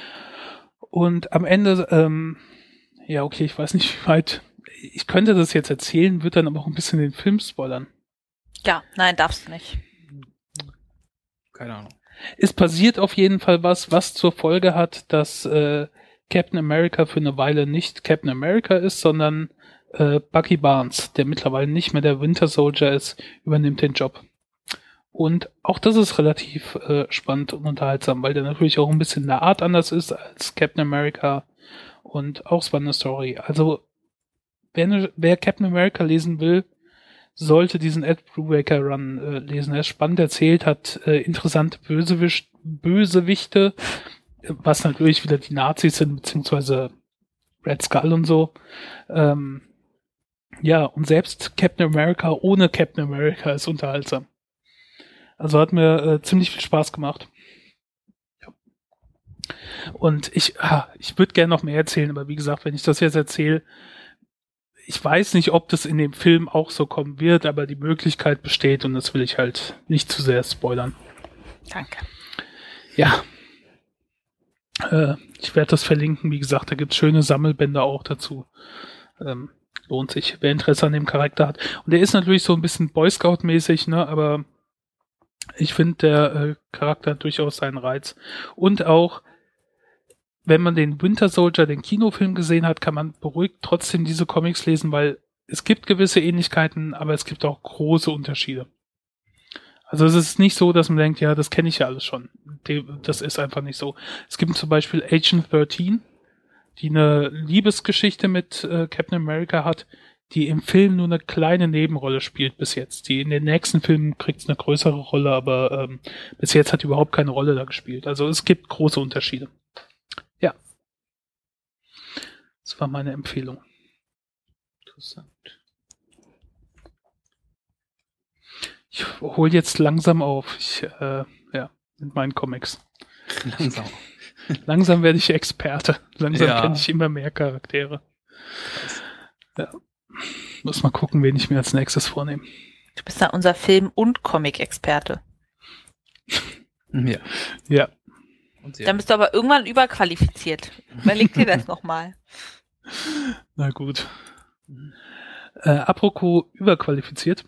Speaker 3: Und am Ende, ähm, ja, okay, ich weiß nicht, wie weit, ich könnte das jetzt erzählen, wird dann aber auch ein bisschen den Film spoilern.
Speaker 2: Ja, nein, darfst du nicht.
Speaker 4: Keine Ahnung.
Speaker 3: Es passiert auf jeden Fall was, was zur Folge hat, dass äh, Captain America für eine Weile nicht Captain America ist, sondern äh, Bucky Barnes, der mittlerweile nicht mehr der Winter Soldier ist, übernimmt den Job. Und auch das ist relativ äh, spannend und unterhaltsam, weil der natürlich auch ein bisschen in der Art anders ist als Captain America und auch spannende Story. Also wer, ne, wer Captain America lesen will, sollte diesen Ed Brubaker Run äh, lesen. Er ist spannend erzählt, hat äh, interessante Bösewicht, Bösewichte, was natürlich wieder die Nazis sind, beziehungsweise Red Skull und so. Ähm, ja, und selbst Captain America ohne Captain America ist unterhaltsam. Also hat mir äh, ziemlich viel Spaß gemacht. Ja. Und ich, ah, ich würde gerne noch mehr erzählen, aber wie gesagt, wenn ich das jetzt erzähle, ich weiß nicht, ob das in dem Film auch so kommen wird, aber die Möglichkeit besteht und das will ich halt nicht zu sehr spoilern.
Speaker 2: Danke.
Speaker 3: Ja. Äh, ich werde das verlinken. Wie gesagt, da gibt's schöne Sammelbände auch dazu. Ähm, lohnt sich, wer Interesse an dem Charakter hat. Und der ist natürlich so ein bisschen Boy Scout-mäßig, ne, aber ich finde, der äh, Charakter hat durchaus seinen Reiz. Und auch, wenn man den Winter Soldier, den Kinofilm gesehen hat, kann man beruhigt trotzdem diese Comics lesen, weil es gibt gewisse Ähnlichkeiten, aber es gibt auch große Unterschiede. Also es ist nicht so, dass man denkt, ja, das kenne ich ja alles schon. Das ist einfach nicht so. Es gibt zum Beispiel Agent dreizehn, die eine Liebesgeschichte mit äh, Captain America hat, die im Film nur eine kleine Nebenrolle spielt bis jetzt. Die in den nächsten Filmen kriegt es eine größere Rolle, aber ähm, bis jetzt hat die überhaupt keine Rolle da gespielt. Also es gibt große Unterschiede. Ja. Das war meine Empfehlung. Interessant. Ich hole jetzt langsam auf. Ich, äh, ja, mit meinen Comics.
Speaker 4: Langsam.
Speaker 3: Langsam werde ich Experte. Langsam
Speaker 4: Ja.
Speaker 3: kenne ich immer mehr Charaktere. Ja. Muss mal gucken, wen ich mir als nächstes vornehme.
Speaker 2: Du bist ja unser Film- und Comic-Experte.
Speaker 4: Ja.
Speaker 3: Ja.
Speaker 4: Und sehr
Speaker 2: Dann bist du aber irgendwann überqualifiziert. Überleg dir das nochmal.
Speaker 3: Na gut. Äh, apropos überqualifiziert.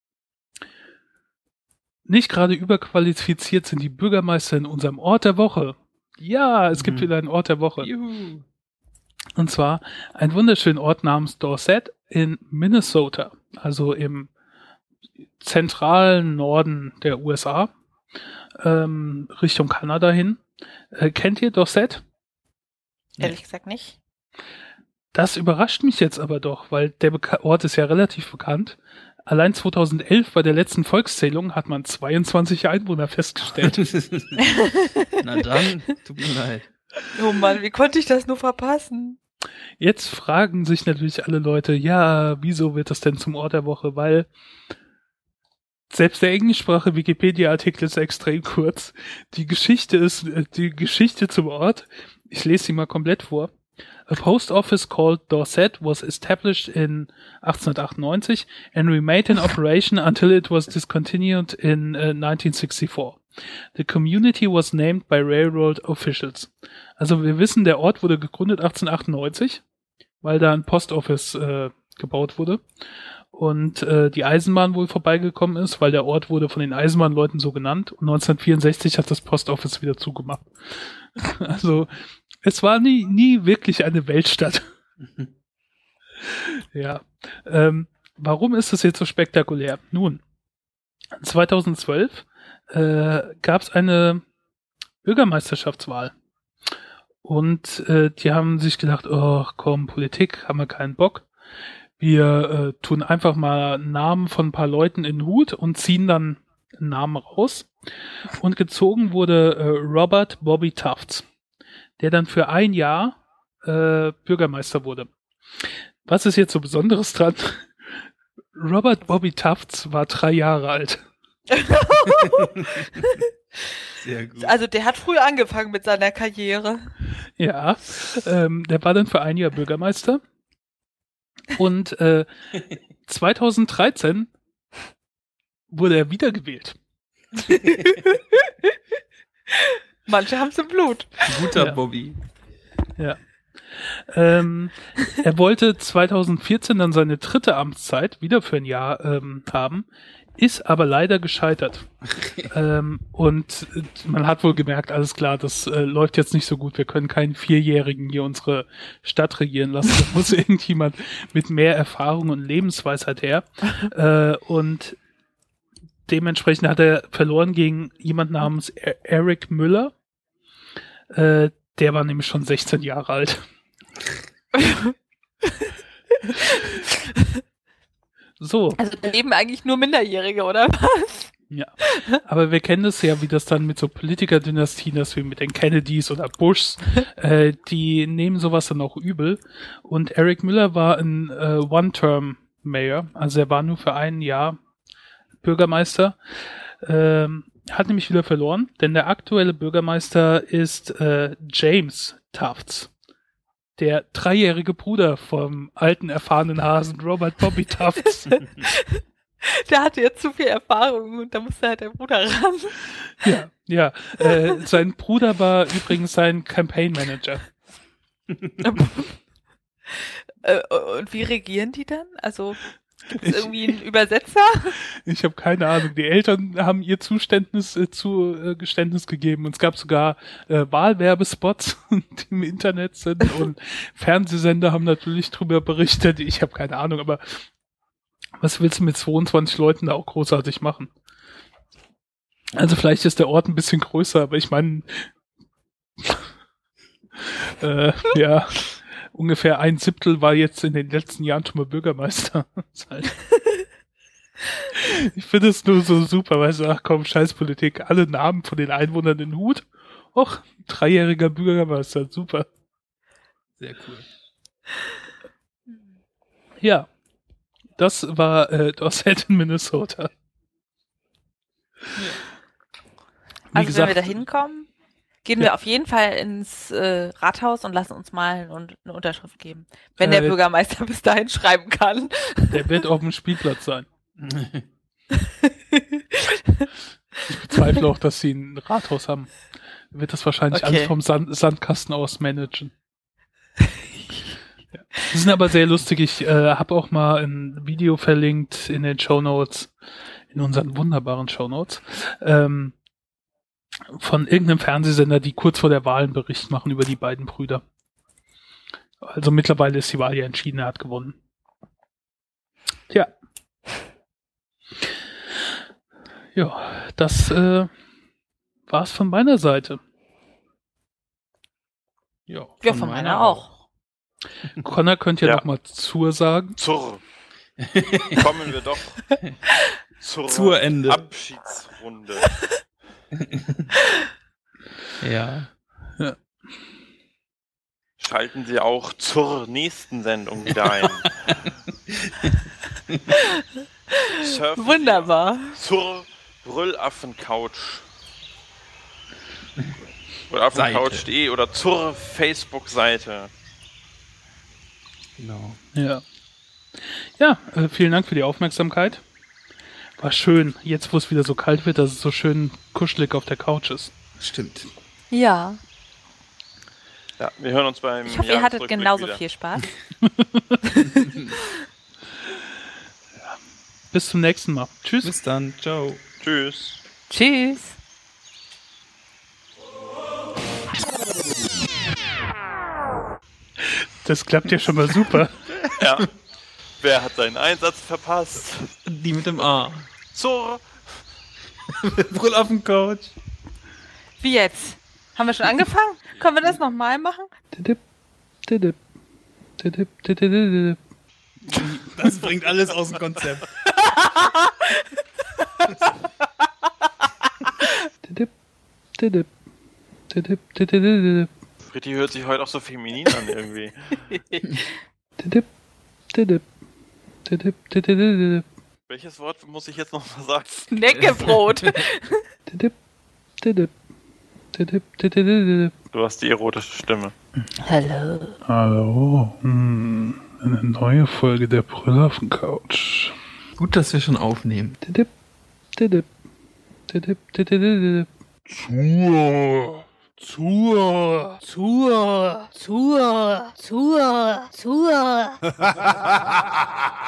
Speaker 3: Nicht gerade überqualifiziert sind die Bürgermeister in unserem Ort der Woche. Ja, es gibt
Speaker 4: Mhm.
Speaker 3: wieder einen Ort der Woche.
Speaker 4: Juhu.
Speaker 3: Und zwar einen wunderschönen Ort namens Dorset in Minnesota, also im zentralen Norden der U S A, ähm, Richtung Kanada hin. Äh, kennt ihr Dorset?
Speaker 2: Ehrlich gesagt nicht.
Speaker 3: Das überrascht mich jetzt aber doch, weil der Beka- Ort ist ja relativ bekannt. Allein zweitausendelf bei der letzten Volkszählung hat man zweiundzwanzig Einwohner festgestellt.
Speaker 4: Na dann, tut mir leid.
Speaker 2: Oh Mann, wie konnte ich das nur verpassen?
Speaker 3: Jetzt fragen sich natürlich alle Leute, ja, wieso wird das denn zum Ort der Woche? Weil selbst der englischsprachige Wikipedia-Artikel ist extrem kurz. Die Geschichte ist, äh, die Geschichte zum Ort, ich lese sie mal komplett vor. A post office called Dorset was established in achtzehnhundertachtundneunzig and remained in operation until it was discontinued in uh, nineteen sixty-four. The community was named by railroad officials. Also wir wissen, der Ort wurde gegründet achtzehnhundertachtundneunzig, weil da ein Post Office äh, gebaut wurde und äh, die Eisenbahn wohl vorbeigekommen ist, weil der Ort wurde von den Eisenbahnleuten so genannt und neunzehnhundertvierundsechzig hat das Post Office wieder zugemacht. Also es war nie, nie wirklich eine Weltstadt. Ja. Ähm, warum ist das jetzt so spektakulär? Nun, zweitausendzwölf äh, gab es eine Bürgermeisterschaftswahl. Und äh, die haben sich gedacht, oh komm, Politik, haben wir keinen Bock. Wir äh, tun einfach mal Namen von ein paar Leuten in den Hut und ziehen dann einen Namen raus. Und gezogen wurde äh, Robert Bobby Tufts, der dann für ein Jahr äh, Bürgermeister wurde. Was ist jetzt so Besonderes dran? Robert Bobby Tufts war drei Jahre alt.
Speaker 4: Sehr gut.
Speaker 2: Also der hat früh angefangen mit seiner Karriere.
Speaker 3: Ja, ähm, der war dann für ein Jahr Bürgermeister. Und äh, zweitausenddreizehn wurde er wiedergewählt.
Speaker 2: Manche haben es im Blut.
Speaker 4: Guter
Speaker 3: Ja.
Speaker 4: Bobby.
Speaker 3: Ja. Ähm, er wollte zweitausendvierzehn dann seine dritte Amtszeit wieder für ein Jahr ähm, haben, ist aber leider gescheitert. ähm, und äh, man hat wohl gemerkt, alles klar, das äh, läuft jetzt nicht so gut, wir können keinen Vierjährigen hier unsere Stadt regieren lassen, da muss irgendjemand mit mehr Erfahrung und Lebensweisheit her. Äh, und dementsprechend hat er verloren gegen jemand namens E- Eric Müller. Äh, der war nämlich schon sechzehn Jahre alt. So.
Speaker 2: Also da leben eigentlich nur Minderjährige, oder was?
Speaker 3: Ja. Aber wir kennen das ja, wie das dann mit so Politikerdynastien ist, wie mit den Kennedys oder Bushs. äh, die nehmen sowas dann auch übel. Und Eric Müller war ein äh, One-Term-Mayor. Also er war nur für ein Jahr Bürgermeister. Ähm, hat nämlich wieder verloren, denn der aktuelle Bürgermeister ist äh, James Tufts, der dreijährige Bruder vom alten, erfahrenen Hasen Robert Bobby Tufts.
Speaker 2: Der hatte jetzt zu viel Erfahrung und da musste halt der Bruder ran.
Speaker 3: Ja, ja. Äh, sein Bruder war übrigens sein Campaign Manager.
Speaker 2: Äh, und wie regieren die dann? Also gibt es
Speaker 3: Ich-
Speaker 2: irgendwie einen Übersetzer?
Speaker 3: Ich habe keine Ahnung. Die Eltern haben ihr Zuständnis äh, zu äh, Geständnis gegeben und es gab sogar äh, Wahlwerbespots, die im Internet sind und Fernsehsender haben natürlich drüber berichtet. Ich habe keine Ahnung, aber was willst du mit zweiundzwanzig Leuten da auch großartig machen? Also vielleicht ist der Ort ein bisschen größer, aber ich meine, äh, ja, ungefähr ein Siebtel war jetzt in den letzten Jahren schon mal Bürgermeister. Ist halt ich finde es nur so super, weißt du, ach komm, Scheißpolitik, alle Namen von den Einwohnern in den Hut. Och, dreijähriger Bürgermeister, super.
Speaker 4: Sehr cool.
Speaker 3: Ja, das war äh, Dorset in Minnesota. Wie
Speaker 2: Also
Speaker 3: gesagt,
Speaker 2: wenn wir da hinkommen, gehen
Speaker 3: Ja.
Speaker 2: wir auf jeden Fall ins äh, Rathaus und lassen uns malen und eine Unterschrift geben. Wenn der
Speaker 3: Äh,
Speaker 2: Bürgermeister bis dahin schreiben kann.
Speaker 3: der wird auf dem Spielplatz sein. Ich bezweifle auch, dass sie ein Rathaus haben. Er wird das wahrscheinlich
Speaker 2: Okay.
Speaker 3: alles vom Sand Sandkasten aus managen. Ja. Die sind aber sehr lustig. Ich äh, habe auch mal ein Video verlinkt in den Shownotes, in unseren wunderbaren Shownotes, ähm, von irgendeinem Fernsehsender, die kurz vor der Wahl einen Bericht machen über die beiden Brüder. Also mittlerweile ist die Wahl ja entschieden, er hat gewonnen. Tja. Ja, das äh, war's von meiner Seite.
Speaker 4: Ja,
Speaker 2: Ja, von meiner auch.
Speaker 3: Connor könnte ja,
Speaker 1: Ja.
Speaker 3: noch mal zur sagen.
Speaker 1: Zur. Kommen wir doch zur,
Speaker 4: Zur Ende.
Speaker 1: Abschiedsrunde.
Speaker 4: Ja.
Speaker 1: Schalten Sie auch zur nächsten Sendung wieder ein. Surfen
Speaker 2: Wunderbar.
Speaker 1: zur Brüllaffen-Couch. Brüllaffen-couch punkt de oder zur Facebook-Seite.
Speaker 4: Genau.
Speaker 3: Ja. Ja, äh, vielen Dank für die Aufmerksamkeit. War schön, jetzt wo es wieder so kalt wird, dass es so schön kuschelig auf der Couch ist.
Speaker 5: Stimmt.
Speaker 2: Ja.
Speaker 1: Ja, wir hören uns beim
Speaker 2: Ich hoffe, ihr hattet
Speaker 1: Jahresrückblick
Speaker 2: genauso
Speaker 1: wieder.
Speaker 2: viel Spaß.
Speaker 3: Bis zum nächsten Mal. Tschüss.
Speaker 4: Bis dann. Ciao.
Speaker 1: Tschüss.
Speaker 2: Tschüss.
Speaker 3: Das klappt ja schon mal super.
Speaker 1: Ja. Wer hat seinen Einsatz verpasst?
Speaker 4: Die mit dem A.
Speaker 1: Zur
Speaker 4: Brüllaffen-Couch.
Speaker 2: Wie jetzt? Haben wir schon angefangen? Können wir das nochmal machen?
Speaker 3: Didip, didip, didip, didip, didip.
Speaker 4: Das bringt alles aus dem Konzept.
Speaker 3: Didip. Didip, didip.
Speaker 1: Fritti hört sich heute auch so feminin an irgendwie.
Speaker 3: Didip, didip. Didip, didip.
Speaker 1: Welches Wort muss ich jetzt noch mal sagen?
Speaker 2: Neckebrot.
Speaker 3: Didip, didip. Didip, didip.
Speaker 1: Du hast die erotische Stimme.
Speaker 2: Hallo.
Speaker 3: Hallo. Hm. Eine neue Folge der Brille auf dem Couch.
Speaker 4: Gut, dass wir schon aufnehmen.
Speaker 3: Didip, didip. Didip, didip.
Speaker 2: Zur, zur, zur, zur, zur, zur.